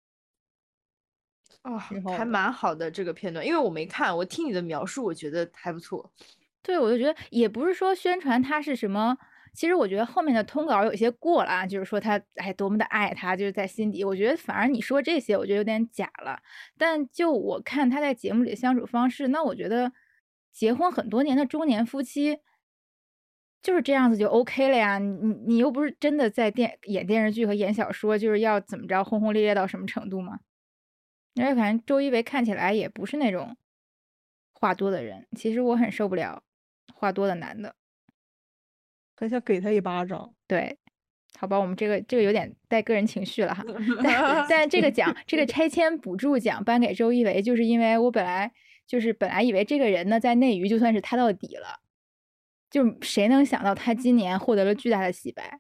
哦， 挺好的还蛮好的这个片段，因为我没看，我听你的描述，我觉得还不错。 对，我就觉得也不是说宣传他是什么，其实我觉得后面的通稿有一些过了啊，就是说他哎多么的爱他，就是在心底，我觉得反而你说这些，我觉得有点假了。但就我看他在节目里的相处方式，那我觉得结婚很多年的中年夫妻就是这样子就 OK 了呀。你你你又不是真的在电演电视剧和演小说，就是要怎么着轰轰烈烈到什么程度吗？而且反正周一围看起来也不是那种话多的人，其实我很受不了话多的男的。 很想给他一巴掌。 对，好吧，我们这个这个有点带个人情绪了哈。但但这个奖，这个拆迁补助奖颁给周一围，就是因为我本来就是本来以为这个人呢在内娱就算是他到底了，就谁能想到他今年获得了巨大的洗白。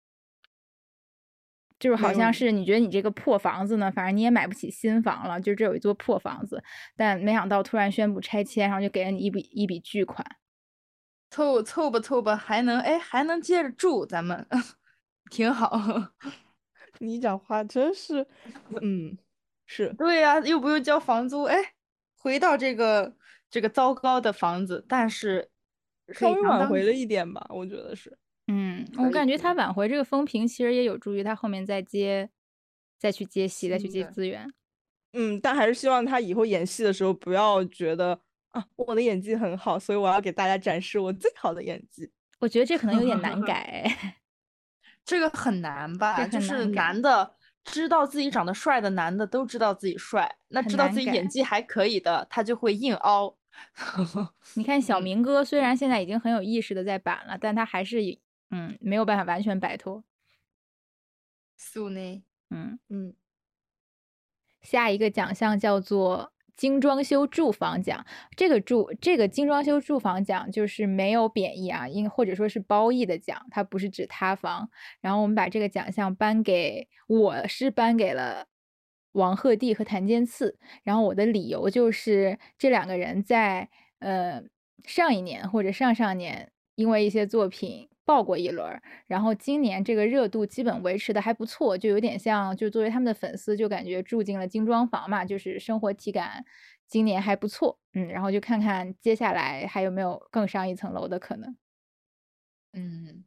就是好像是你觉得你这个破房子呢，反正你也买不起新房了，就这有一座破房子，但没想到突然宣布拆迁，然后就给了你一笔一笔巨款。 凑凑吧凑吧，还能哎还能接着住，咱们挺好。 你讲话真是，嗯，是对呀、又不用交房租，哎，回到这个这个糟糕的房子，但是可稍以当当微挽回了一点吧，我觉得是。 嗯， 可以我感觉可以他挽回这个风评，其实也有助于他后面再接，再去接戏，再去新的接资源。 嗯，但还是希望他以后演戏的时候不要觉得啊，我的演技很好，所以我要给大家展示我最好的演技。 我觉得这可能有点难改。 这个很难吧？ 这就是很难改男的知道自己长得帅的男的都知道自己帅，那很知道自己难改演技还可以的，他就会硬凹。 你看小嗯明哥虽然现在已经很有意识的在板了，但他还是嗯没有办法完全摆脱。 素呢？ 嗯， 嗯， 下一个奖项叫做精装修住房奖。这个住这个精装修住房奖就是没有贬义啊，因或者说是褒义的奖，它不是指塌房。然后我们把这个奖项颁给，我是颁给了王鹤棣和谭健次。然后我的理由就是这两个人在呃上一年或者上上年因为一些作品爆过一轮儿，然后今年这个热度基本维持的还不错，就有点像就作为他们的粉丝就感觉住进了精装房嘛，就是生活体感今年还不错。嗯，然后就看看接下来还有没有更上一层楼的可能。 嗯，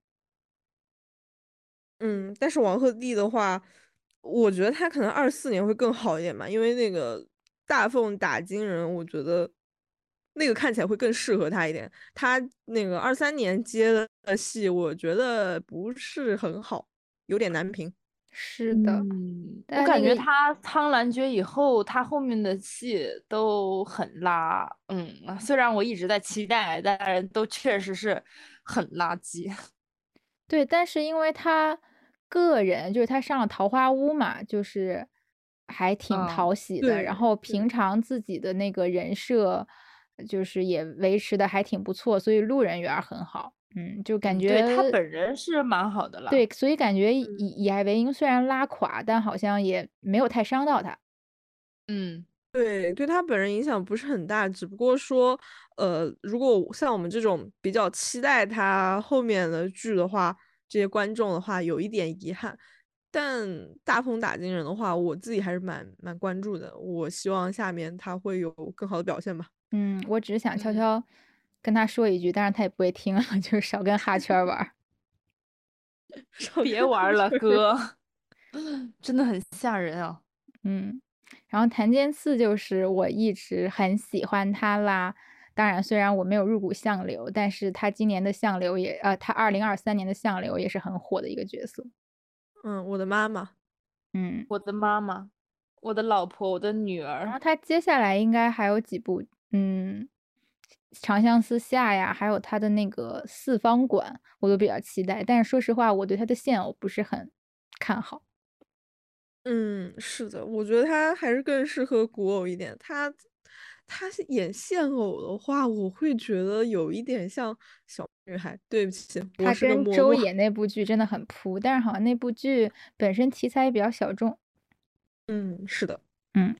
嗯，但是王鹤棣的话，我觉得他可能二四年会更好一点吧，因为那个大凤打金人，我觉得那个看起来会更适合他一点。他那个二三年接的戏，我觉得不是很好，有点难评。 是的， 嗯，我但那个感觉他苍兰诀以后，他后面的戏都很拉。嗯，虽然我一直在期待，但是都确实是很垃圾。 对，但是因为他个人就是他上了《桃花坞》嘛，就是还挺嗯讨喜的。然对后平常自己的那个人设，就是也维持的还挺不错，所以路人缘儿很好。嗯，就感嗯， 觉对，他本人是蛮好的啦。 对，所以感觉以嗯以爱为营虽然拉垮，但好像也没有太伤到他。 嗯对，对他本人影响不是很大，只不过说，呃，如果像我们这种比较期待他后面的剧的话，这些观众的话有一点遗憾。但大风打金人的话，我自己还是蛮蛮关注的。我希望下面他会有更好的表现吧。 嗯，我只是想悄嗯， 悄跟他说一句，但是他也不会听啊，就是少跟哈圈儿玩儿。 别玩了，哥，真的很吓人啊。 嗯，然后谭健次就是我一直很喜欢他啦。当然，虽然我没有入股相柳，但是他今年的相柳也，呃，他二零二三年的相柳也是很火的一个角色。 嗯，我的妈妈， 嗯， 我的妈妈，我的老婆，我的女儿。 然后他接下来应该还有几部，嗯，《长相思下》呀，还有他的那个《四方馆》，我都比较期待。但是说实话，我对他的现偶不是很看好。 嗯，是的，我觉得他还是更适合古偶一点。他他演现偶的话，我会觉得有一点像小女孩。对不起，我他是个跟嬷嬷。 周也那部剧真的很扑，但是好像那部剧本身题材也比较小众。 嗯，是的。 嗯，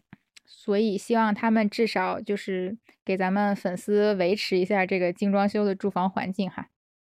所以希望他们至少就是给咱们粉丝维持一下这个精装修的住房环境哈。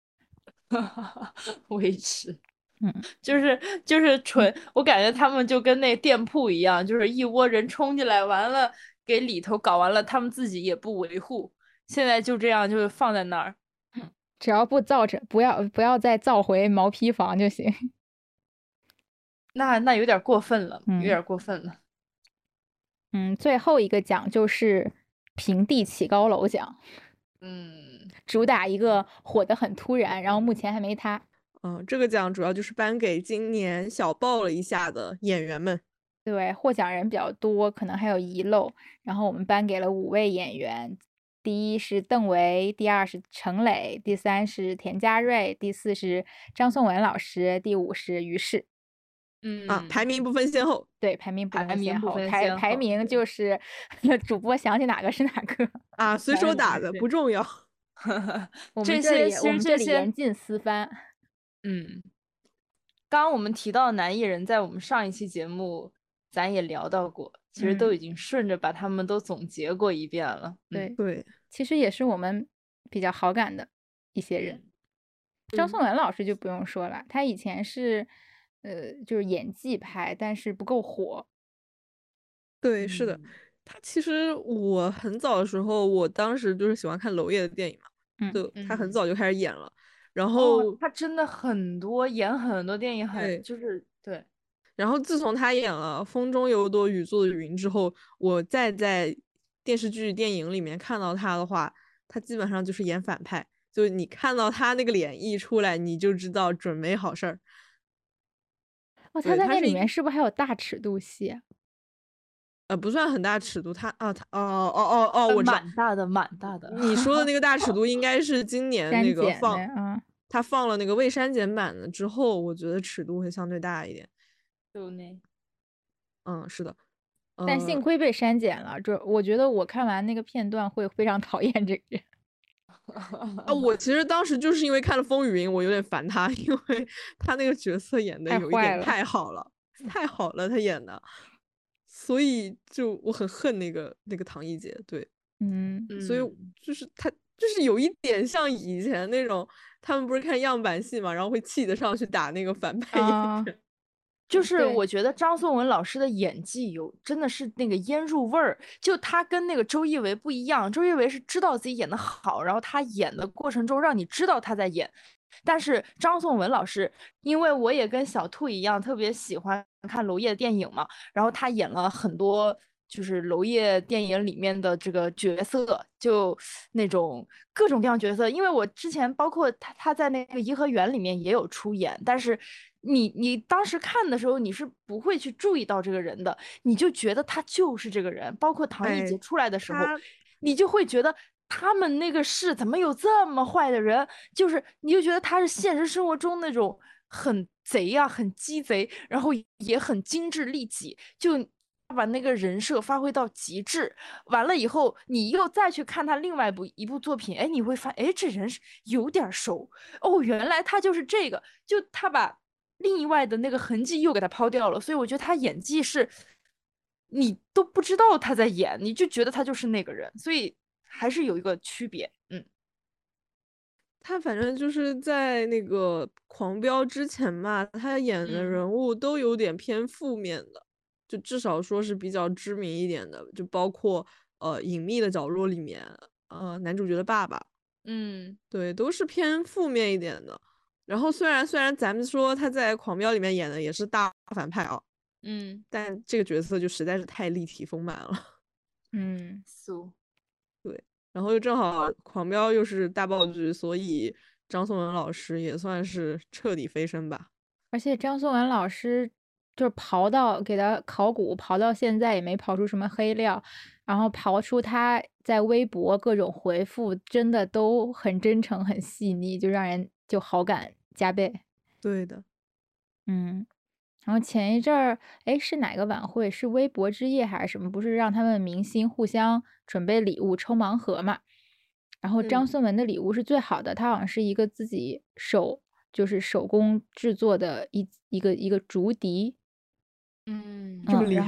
维持， 嗯， 就是就是纯，我感觉他们就跟那店铺一样，就是一窝人冲进来，完了给里头搞完了，他们自己也不维护，现在就这样就是放在那儿， 只要不造成，不要不要再造回毛坯房就行。 那那有点过分了， 嗯有点过分了。 嗯，最后一个奖就是平地起高楼奖， 嗯， 主打一个火得很突然，然后目前还没他。 嗯，这个奖主要就是颁给今年小爆了一下的演员们。 对，获奖人比较多，可能还有遗漏。然后我们颁给了五位演员，第一是邓为，第二是程磊，第三是田嘉瑞，第四是张颂文老师，第五是于适。 嗯啊，排名不分先后。 对，排名不排名不分先后，排分先后排名就是主播想起哪个是哪个。 啊，随手打的对不重要。 我这们这里我些其实们这里这些严禁私翻。 嗯，刚刚我们提到男艺人，在我们上一期节目咱也聊到过，其实都嗯已经顺着把他们都总结过一遍了。 对嗯， 对， 其实也是我们比较好感的一些人。张颂文老师就不用说了，他以前是呃就是演技派，但是不够火。 对，是的。 嗯他其实我很早的时候，我当时就是喜欢看娄烨的电影嘛， 嗯就他很嗯早就开始演了。然哦后， 他真的很多演很多电影很， 对就是对， 然后自从他演了《风中有朵雨做的云》之后，我再在电视剧、电影里面看到他的话，他基本上就是演反派。就你看到他那个脸一出来，你就知道准没好事儿。 哦，他在那里对他是一面是不是还有大尺度戏啊？ 呃，不算很大尺度，他啊，他哦哦哦哦， 呃我知道， 蛮大的蛮大的。 你说的那个大尺度应该是今年删那个减的放， 啊。 他放了那个未删减版的之后，我觉得尺度会相对大一点。 就那嗯，是的， 但幸呃， 亏被删减了，这我觉得我看完那个片段会非常讨厌这个人。 啊，我其实当时就是因为看了《风雨云》，我有点烦他，因为他那个角色演的太有一点坏了太好了，太好了，他演的，所以就我很恨那个那个唐艺杰，对， 嗯， 所以嗯就是他就是有一点像以前那种，他们不是看样板戏嘛，然后会气得上去打那个反派演啊员。 就是对我觉得张颂文老师的演技有真的是那个腌入味儿，就他跟那个周一围不一样，周一围是知道自己演的好，然后他演的过程中让你知道他在演，但是张颂文老师，因为我也跟小兔一样特别喜欢看娄烨的电影嘛，然后他演了很多就是娄烨电影里面的这个角色，就那种各种各样角色。因为我之前包括他他在那个颐和园里面也有出演，但是你你当时看的时候你是不会去注意到这个人的，你就觉得他就是这个人。包括唐艺哎杰出来的时候， 他你就会觉得他们那个市怎么有这么坏的人？就是你就觉得他是现实生活中那种很贼呀、很鸡贼，然后也很精致利己，就把那个人设发挥到极致。完了以后，你又再去看他另外一部一部作品，哎，你会发现，哎，这人是有点熟哦，原来他就是这个，就他把另外的那个痕迹又给他抛掉了。所以我觉得他演技是，你都不知道他在演，你就觉得他就是那个人，所以还是有一个区别。嗯他反正就是在那个《狂飙》之前嘛，他演的嗯人物都有点偏负面的，就至少说是比较知名一点的，就包括呃《隐秘的角落》里面，呃男主角的爸爸， 嗯对，都是偏负面一点的。然后虽然虽然咱们说他在《狂飙》里面演的也是大反派啊， 嗯， 但这个角色就实在是太立体丰满了。 嗯， 苏然后又正好《狂飙》又是大爆剧，所以张颂文老师也算是彻底飞升吧。 而且张颂文老师就是刨到给他考古，刨到现在也没刨出什么黑料，然后刨出他在微博各种回复，真的都很真诚、很细腻，就让人就好感加倍。 对的， 嗯，然后前一阵儿，哎，是哪个晚会？是微博之夜还是什么？不是让他们明星互相准备礼物抽盲盒嘛？然后张嗯颂文的礼物是最好的，他好像是一个自己手就是手工制作的一一个一个竹笛， 嗯嗯，然后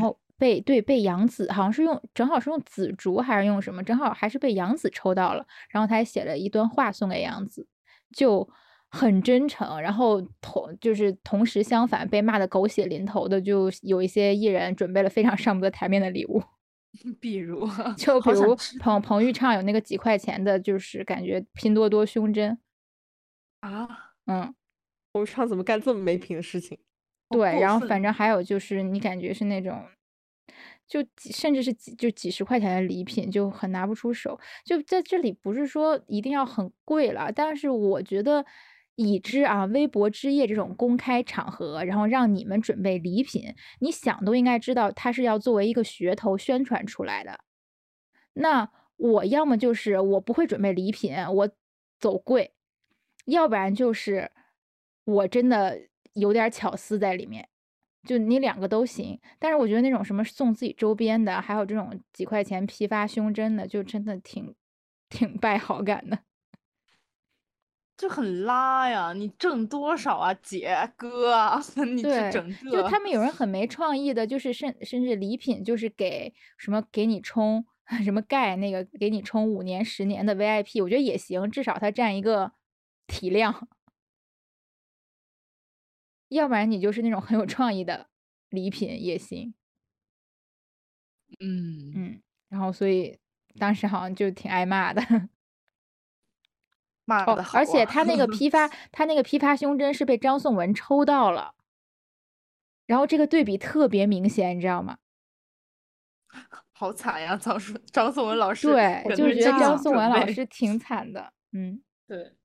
被对被杨紫好像是用正好是用紫竹还是用什么，正好还是被杨紫抽到了，然后他还写了一段话送给杨紫，就很真诚。然后同就是同时相反被骂的狗血淋头的，就有一些艺人准备了非常上不得台面的礼物。 比如就比如好想知彭彭昱畅有那个几块钱的，就是感觉拼多多胸针， 啊， 嗯， 我上怎么干这么没品的事情？ 对， 好过分然后反正还有就是你感觉是那种，就几甚至是几就几十块钱的礼品就很拿不出手。就在这里不是说一定要很贵了，但是我觉得已知啊微博之夜这种公开场合，然后让你们准备礼品，你想都应该知道它是要作为一个噱头宣传出来的。那我要么就是我不会准备礼品，我走贵，要不然就是我真的有点巧思在里面，就你两个都行。但是我觉得那种什么送自己周边的，还有这种几块钱批发胸针的，就真的挺挺败好感的。 就很拉呀！你挣多少啊，姐哥啊？你这对， 整就这他们有人很没创意的，就是甚甚至礼品就是给什么给你充什么盖那个给你充五年十年的 V I P，我觉得也行，至少它占一个体量。要不然你就是那种很有创意的礼品也行， 嗯， 嗯，然后所以当时好像就挺挨骂的。哦， 骂的好而且啊！ 他那个批发，他那个批发胸针是被张颂文抽到了，然后这个对比特别明显，你知道吗？ 好惨呀！张颂张颂文老师对， 可就是觉得能是精心张颂文准备。 老师挺惨的，嗯。 对，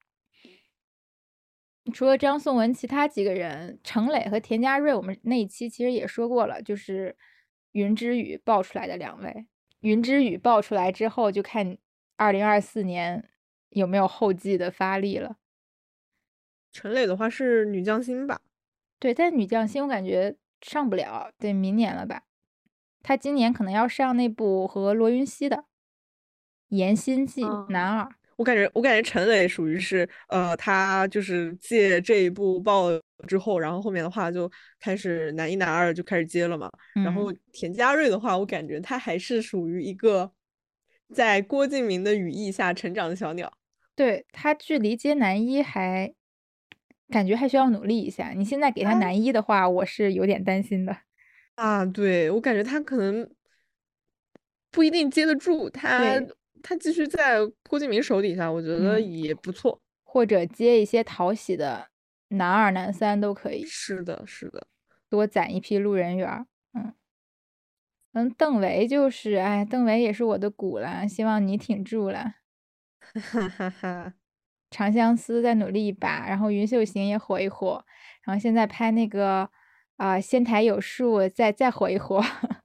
除了张颂文，其他几个人，程磊和田佳瑞，我们那一期其实也说过了，就是云之羽爆出来的两位。云之羽爆出来之后，就看二零二四年有没有后继的发力了。 陈磊的话是女将星吧？ 对，但女将星我感觉上不了，得明年了吧？她今年可能要上那部和罗云熙的《延心记》 嗯男二。 我感觉，我感觉陈磊属于是，呃，他就是借这一部爆了之后，然后后面的话就开始男一男二就开始接了嘛。然后嗯， 田佳瑞的话，我感觉他还是属于一个在郭敬明的羽翼下成长的小鸟。 对，他距离接男一还感觉还需要努力一下。你现在给他他男一的话，我是有点担心的。 啊，对，我感觉他可能不一定接得住，他对， 他继续在郭敬明手底下，我觉得嗯， 也不错。 或者接一些讨喜的男二、男三都可以， 是的，是的。 多攒一批路人缘儿。嗯嗯，邓为就是，哎，邓为也是我的股了，希望你挺住了。 哈哈哈。 长相思再努力一把，然后云秀行也火一火，然后现在拍那个啊、呃仙台有树再再火一火。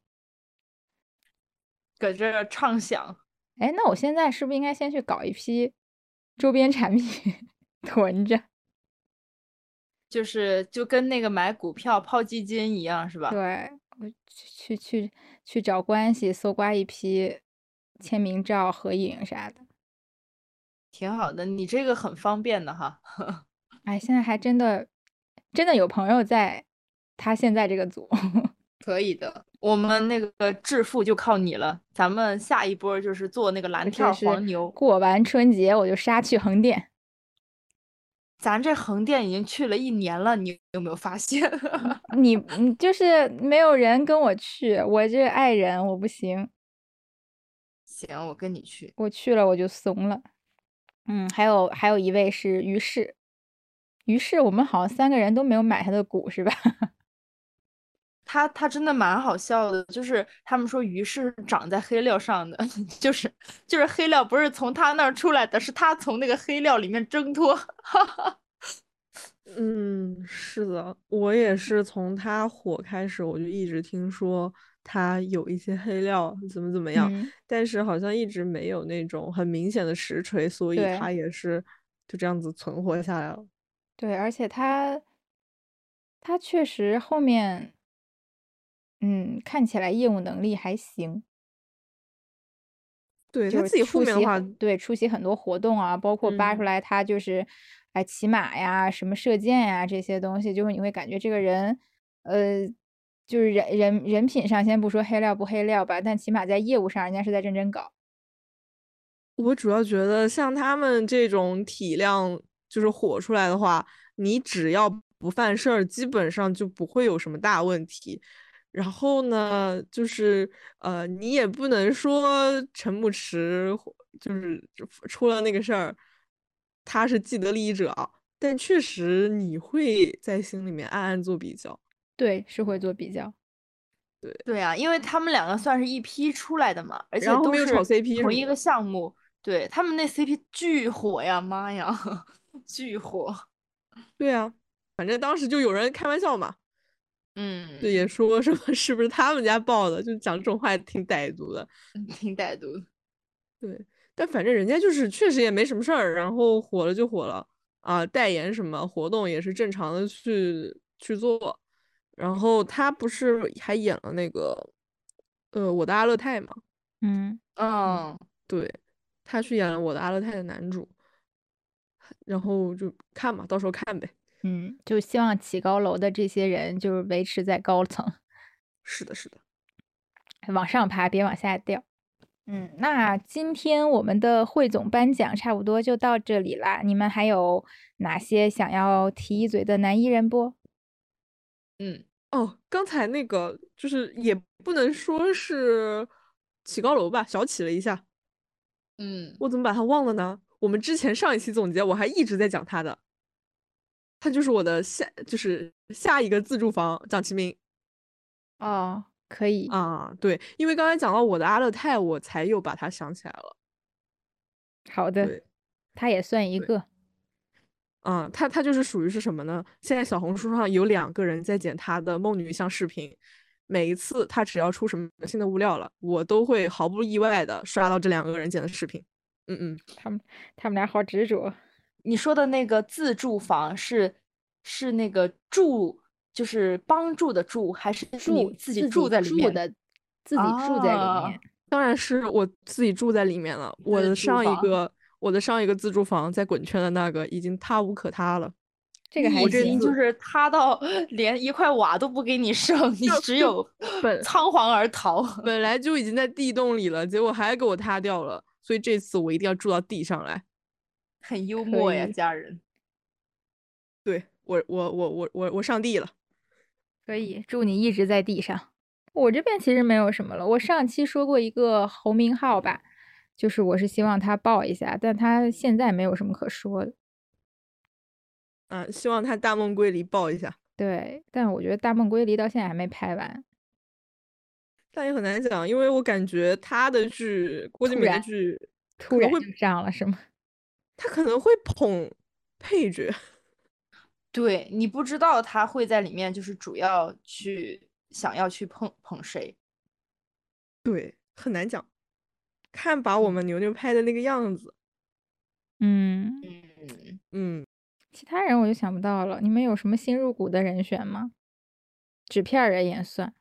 搁这儿畅想。 哎，那我现在是不是应该先去搞一批周边产品囤着？ 就是就跟那个买股票抛基金一样，是吧？ 对，我去去去去找关系搜刮一批签名照、合影啥的。 挺好的，你这个很方便的哈。 哎，现在还真的真的有朋友在他现在这个组。 可以的，我们那个致富就靠你了。咱们下一波就是做那个蓝跳这是黄牛。 过完春节我就杀去横店。 咱这横店已经去了一年了，你有没有发现？ 你你就是没有人跟我去，我这爱人我不行， 行，我跟你去。 我去了我就怂了。嗯，还有还有一位是于适，于适我们好像三个人都没有买他的股是吧？ 他他真的蛮好笑的，就是他们说鱼是长在黑料上的，就是就是黑料不是从他那儿出来的，是他从那个黑料里面挣脱。 嗯，是的，我也是从他火开始，我就一直听说他有一些黑料，怎么怎么样， 嗯， 但是好像一直没有那种很明显的实锤，所以对他也是就这样子存活下来了。 对，而且他他确实后面嗯看起来业务能力还行。就是对他自己后出席面的话， 很对，出席很多活动啊，包括扒出嗯， 来他就是，哎，骑马呀、什么射箭呀这些东西，就是你会感觉这个人，呃， 就是人人人品上先不说黑料不黑料吧，但起码在业务上人家是在认真搞。 我主要觉得像他们这种体量就是火出来的话，你只要不犯事儿，基本上就不会有什么大问题。然后呢，就是呃，你也不能说陈牧驰就是出了那个事儿，他是既得利益者啊，但确实你会在心里面暗暗做比较。 对，是会做比较。 对对啊，因为他们两个算是一批出来的嘛，而且都是然后没有炒 C P 同一个什么的。 项目，对，他们那 C P 巨火呀，妈呀，巨火。 对啊，反正当时就有人开玩笑嘛，就也嗯， 说什么是不是他们家爆的，就讲这种话挺歹毒的。 挺歹毒的。 对，但反正人家就是确实也没什么事儿，然后火了就火了啊，代言什么活动也是正常的去去做。然后他不是还演了那个呃我的阿勒泰嘛？ 嗯嗯， 对，他去演了我的阿勒泰的男主，然后就看吧，到时候看呗。 嗯，就希望起高楼的这些人就是维持在高层， 是的，是的。 往上爬，别往下掉。嗯，那今天我们的汇总颁奖差不多就到这里啦。你们还有哪些想要提一嘴的男艺人不？ 嗯哦，刚才那个就是也不能说是起高楼吧，小起了一下。 嗯， 我怎么把他忘了呢？我们之前上一期总结我还一直在讲他的，他就是我的下，就是下一个自助房蒋奇明哦，可以， 啊。对，因为刚才讲到我的阿勒泰，我才有把他想起来了。 好的， 对他也算一对， 个。 啊，他他就是属于是什么呢？现在小红书上有两个人在剪他的梦女像视频，每一次他只要出什么新的物料了，我都会毫不意外的刷到这两个人剪的视频。嗯嗯， 他们他们俩好执着， 你说的那个自住房是是那个住，就是帮助的助，还是你住自己自己住在里面住的，自己住在里啊？ 面。 当然是我自己住在里面了。我的自住房， 上一个我的上一个自住房在滚圈的那个已经塌无可塌了。 这个你已还行， 我这次经就是塌到连一块瓦都不给你剩，你就就只有本仓皇而逃。 本来就已经在地洞里了，结果还给我塌掉了，所以这次我一定要住到地上来。 很幽默呀， 可以家人。 对，我我我我我我上地了。 可以，祝你一直在地上。我这边其实没有什么了，我上期说过一个侯明昊吧，就是我是希望他爆一下，但他现在没有什么可说的。 啊，希望他大梦归离爆一下。 对，但我觉得《大梦归离》到现在还没拍完， 但也很难讲，因为我感觉他的剧，郭敬明的突然剧突可能会， 然就上了是吗？ 他可能会捧配角。 对，你不知道他会在里面就是主要去想要去碰碰谁。 对，很难讲，看把我们牛牛拍的那个样子。 嗯， 嗯， 嗯， 其他人我就想不到了。你们有什么新入股的人选吗？纸片人也算。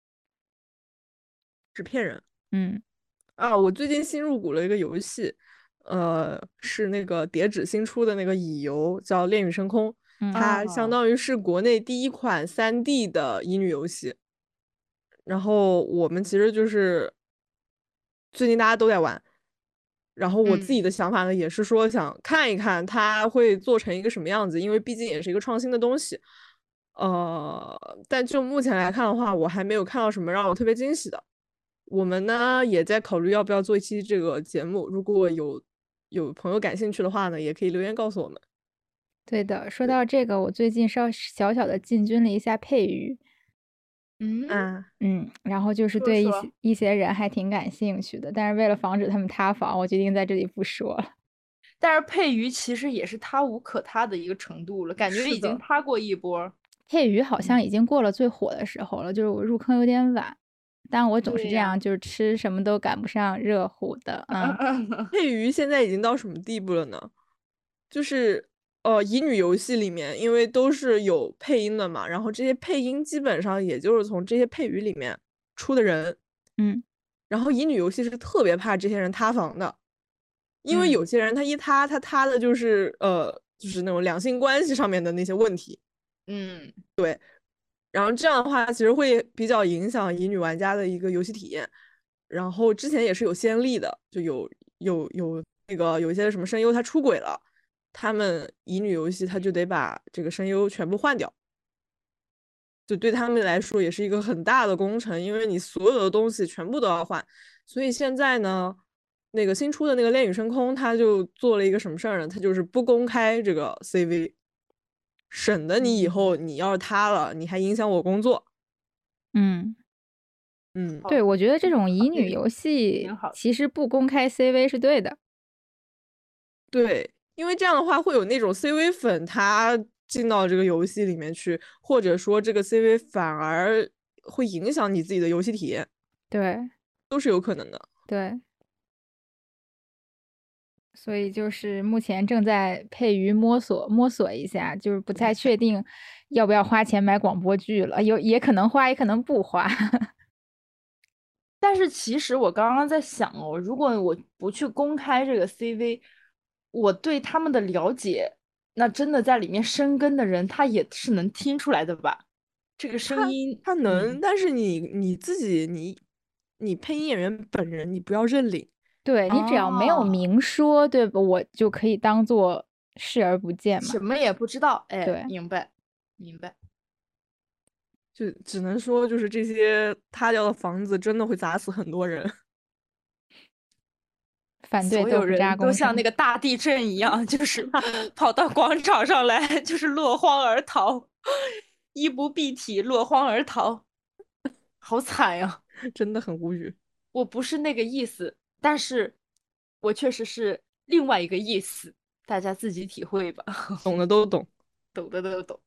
纸片人嗯啊，我最近新入股了一个游戏，呃，是那个叠纸新出的那个乙游，叫《恋与深空》， 嗯它相啊， 当于是国内第一款三 D 的乙女游戏。然后我们其实就是最近大家都在玩，然后我自己嗯， 的想法呢，也是说想看一看它会做成一个什么样子，因为毕竟也是一个创新的东西。呃，但就目前来看的话，我还没有看到什么让我特别惊喜的。我们呢也在考虑要不要做一期这个节目，如果有有朋友感兴趣的话呢，也可以留言告诉我们。 对的，说对， 到这个，我最近稍小小的进军了一下配娱， 嗯， 啊， 嗯，然后就是对一些说说。 一些人还挺感兴趣的，但是为了防止他们塌房，我决定在这里不说了。 但是配娱其实也是塌无可塌的一个程度了，感觉已经是的， 塌过一波。 配娱好像已经过了最火的时候了，就是我入坑有点晚，但我总是对呀、 这样，就是吃什么都赶不上热乎的，嗯配娱现在已经到什么地步了呢？就是呃，乙女游戏里面，因为都是有配音的嘛，然后这些配音基本上也就是从这些配语里面出的人， 嗯然后乙女游戏是特别怕这些人塌房的，因为有嗯些人他一塌，他塌的就是呃，就是那种两性关系上面的那些问题。 嗯， 然后这样的话其实会比较影响乙女玩家的一个游戏体验。然后之前也是有先例的，就有有有那个有一些什么声优他出轨了，他们乙女游戏他就得把这个声优全部换掉，就对他们来说也是一个很大的工程，因为你所有的东西全部都要换。所以现在呢，那个新出的那个恋与深空，他就做了一个什么事儿呢？他就是不公开这个 C V， 省得你以后你要是塌了，你还影响我工作。 嗯嗯， 对，我觉得这种乙女游戏挺好。 其实不公开 C V 是对的。 对，因为这样的话会有那种 C V 粉他进到这个游戏里面去，或者说这个 C V 反而会影响你自己的游戏体验， 对， 都是有可能的。 对。所以就是目前正在配娱摸索摸索一下，就是不太确定要不要花钱买广播剧了，有也可能花，也可能不花。 但是其实我刚刚在想哦，如果我不去公开这个 C V，我对他们的了解，那真的在里面生根的人，他也是能听出来的吧？这个声音， 他能， 嗯但是你你自己你你配音演员本人你不要认领。 对，你只要没有哦明说，对吧？我就可以当做视而不见嘛。 什么也不知道，哎， 对明白，明白。 就只能说就是这些塌掉的房子真的会砸死很多人。 反对所有豆腐渣工人都像程。 那个大地震一样，就是跑到广场上来，就是落荒而逃，衣不蔽体，落荒而逃，好惨呀！ 真的很无语。 我不是那个意思，但是我确实是另外一个意思，大家自己体会吧， 懂的都懂。 懂的都懂。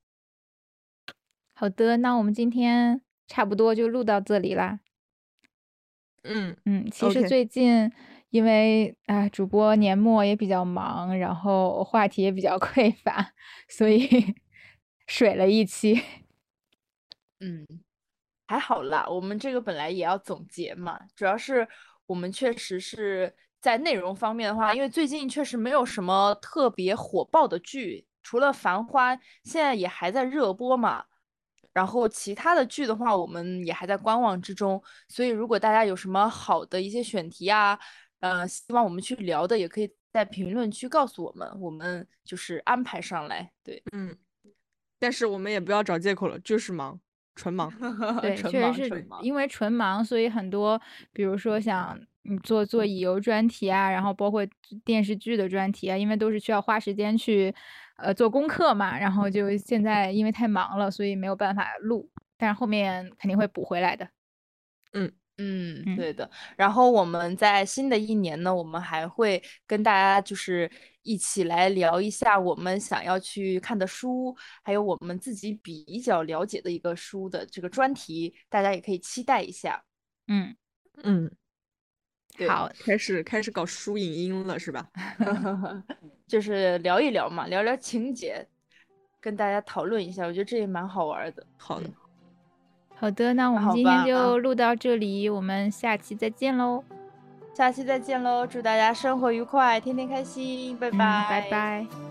好的，那我们今天差不多就录到这里啦。 嗯嗯，其实 OK 最近因为啊，主播年末也比较忙，然后话题也比较匮乏，所以水了一期。 嗯，还好啦，我们这个本来也要总结嘛，主要是我们确实是在内容方面的话，因为最近确实没有什么特别火爆的剧，除了《繁花》现在也还在热播嘛，然后其他的剧的话，我们也还在观望之中，所以如果大家有什么好的一些选题啊，呃，希望我们去聊的，也可以在评论区告诉我们，我们就是安排上来，对， 嗯，但是我们也不要找借口了，就是忙，纯忙。 对， 纯确实是忙纯忙。 因为纯忙，所以很多，比如说想嗯做做乙游专题啊，然后包括电视剧的专题啊，因为都是需要花时间去呃做功课嘛，然后就现在因为太忙了，所以没有办法录，但是后面肯定会补回来的。 嗯嗯， 嗯对的。然后我们在新的一年呢，我们还会跟大家就是一起来聊一下我们想要去看的书，还有我们自己比较了解的一个书的这个专题，大家也可以期待一下。 嗯， 嗯， 对， 好， 开始开始搞书影音了是吧？ 就是聊一聊嘛，聊聊情节，跟大家讨论一下，我觉得这也蛮好玩的。 好的， 嗯好的，那我们好今天吧就录到这里，我们下期再见喽。 下期再见喽，祝大家生活愉快，天天开心，拜嗯， 拜， 拜拜。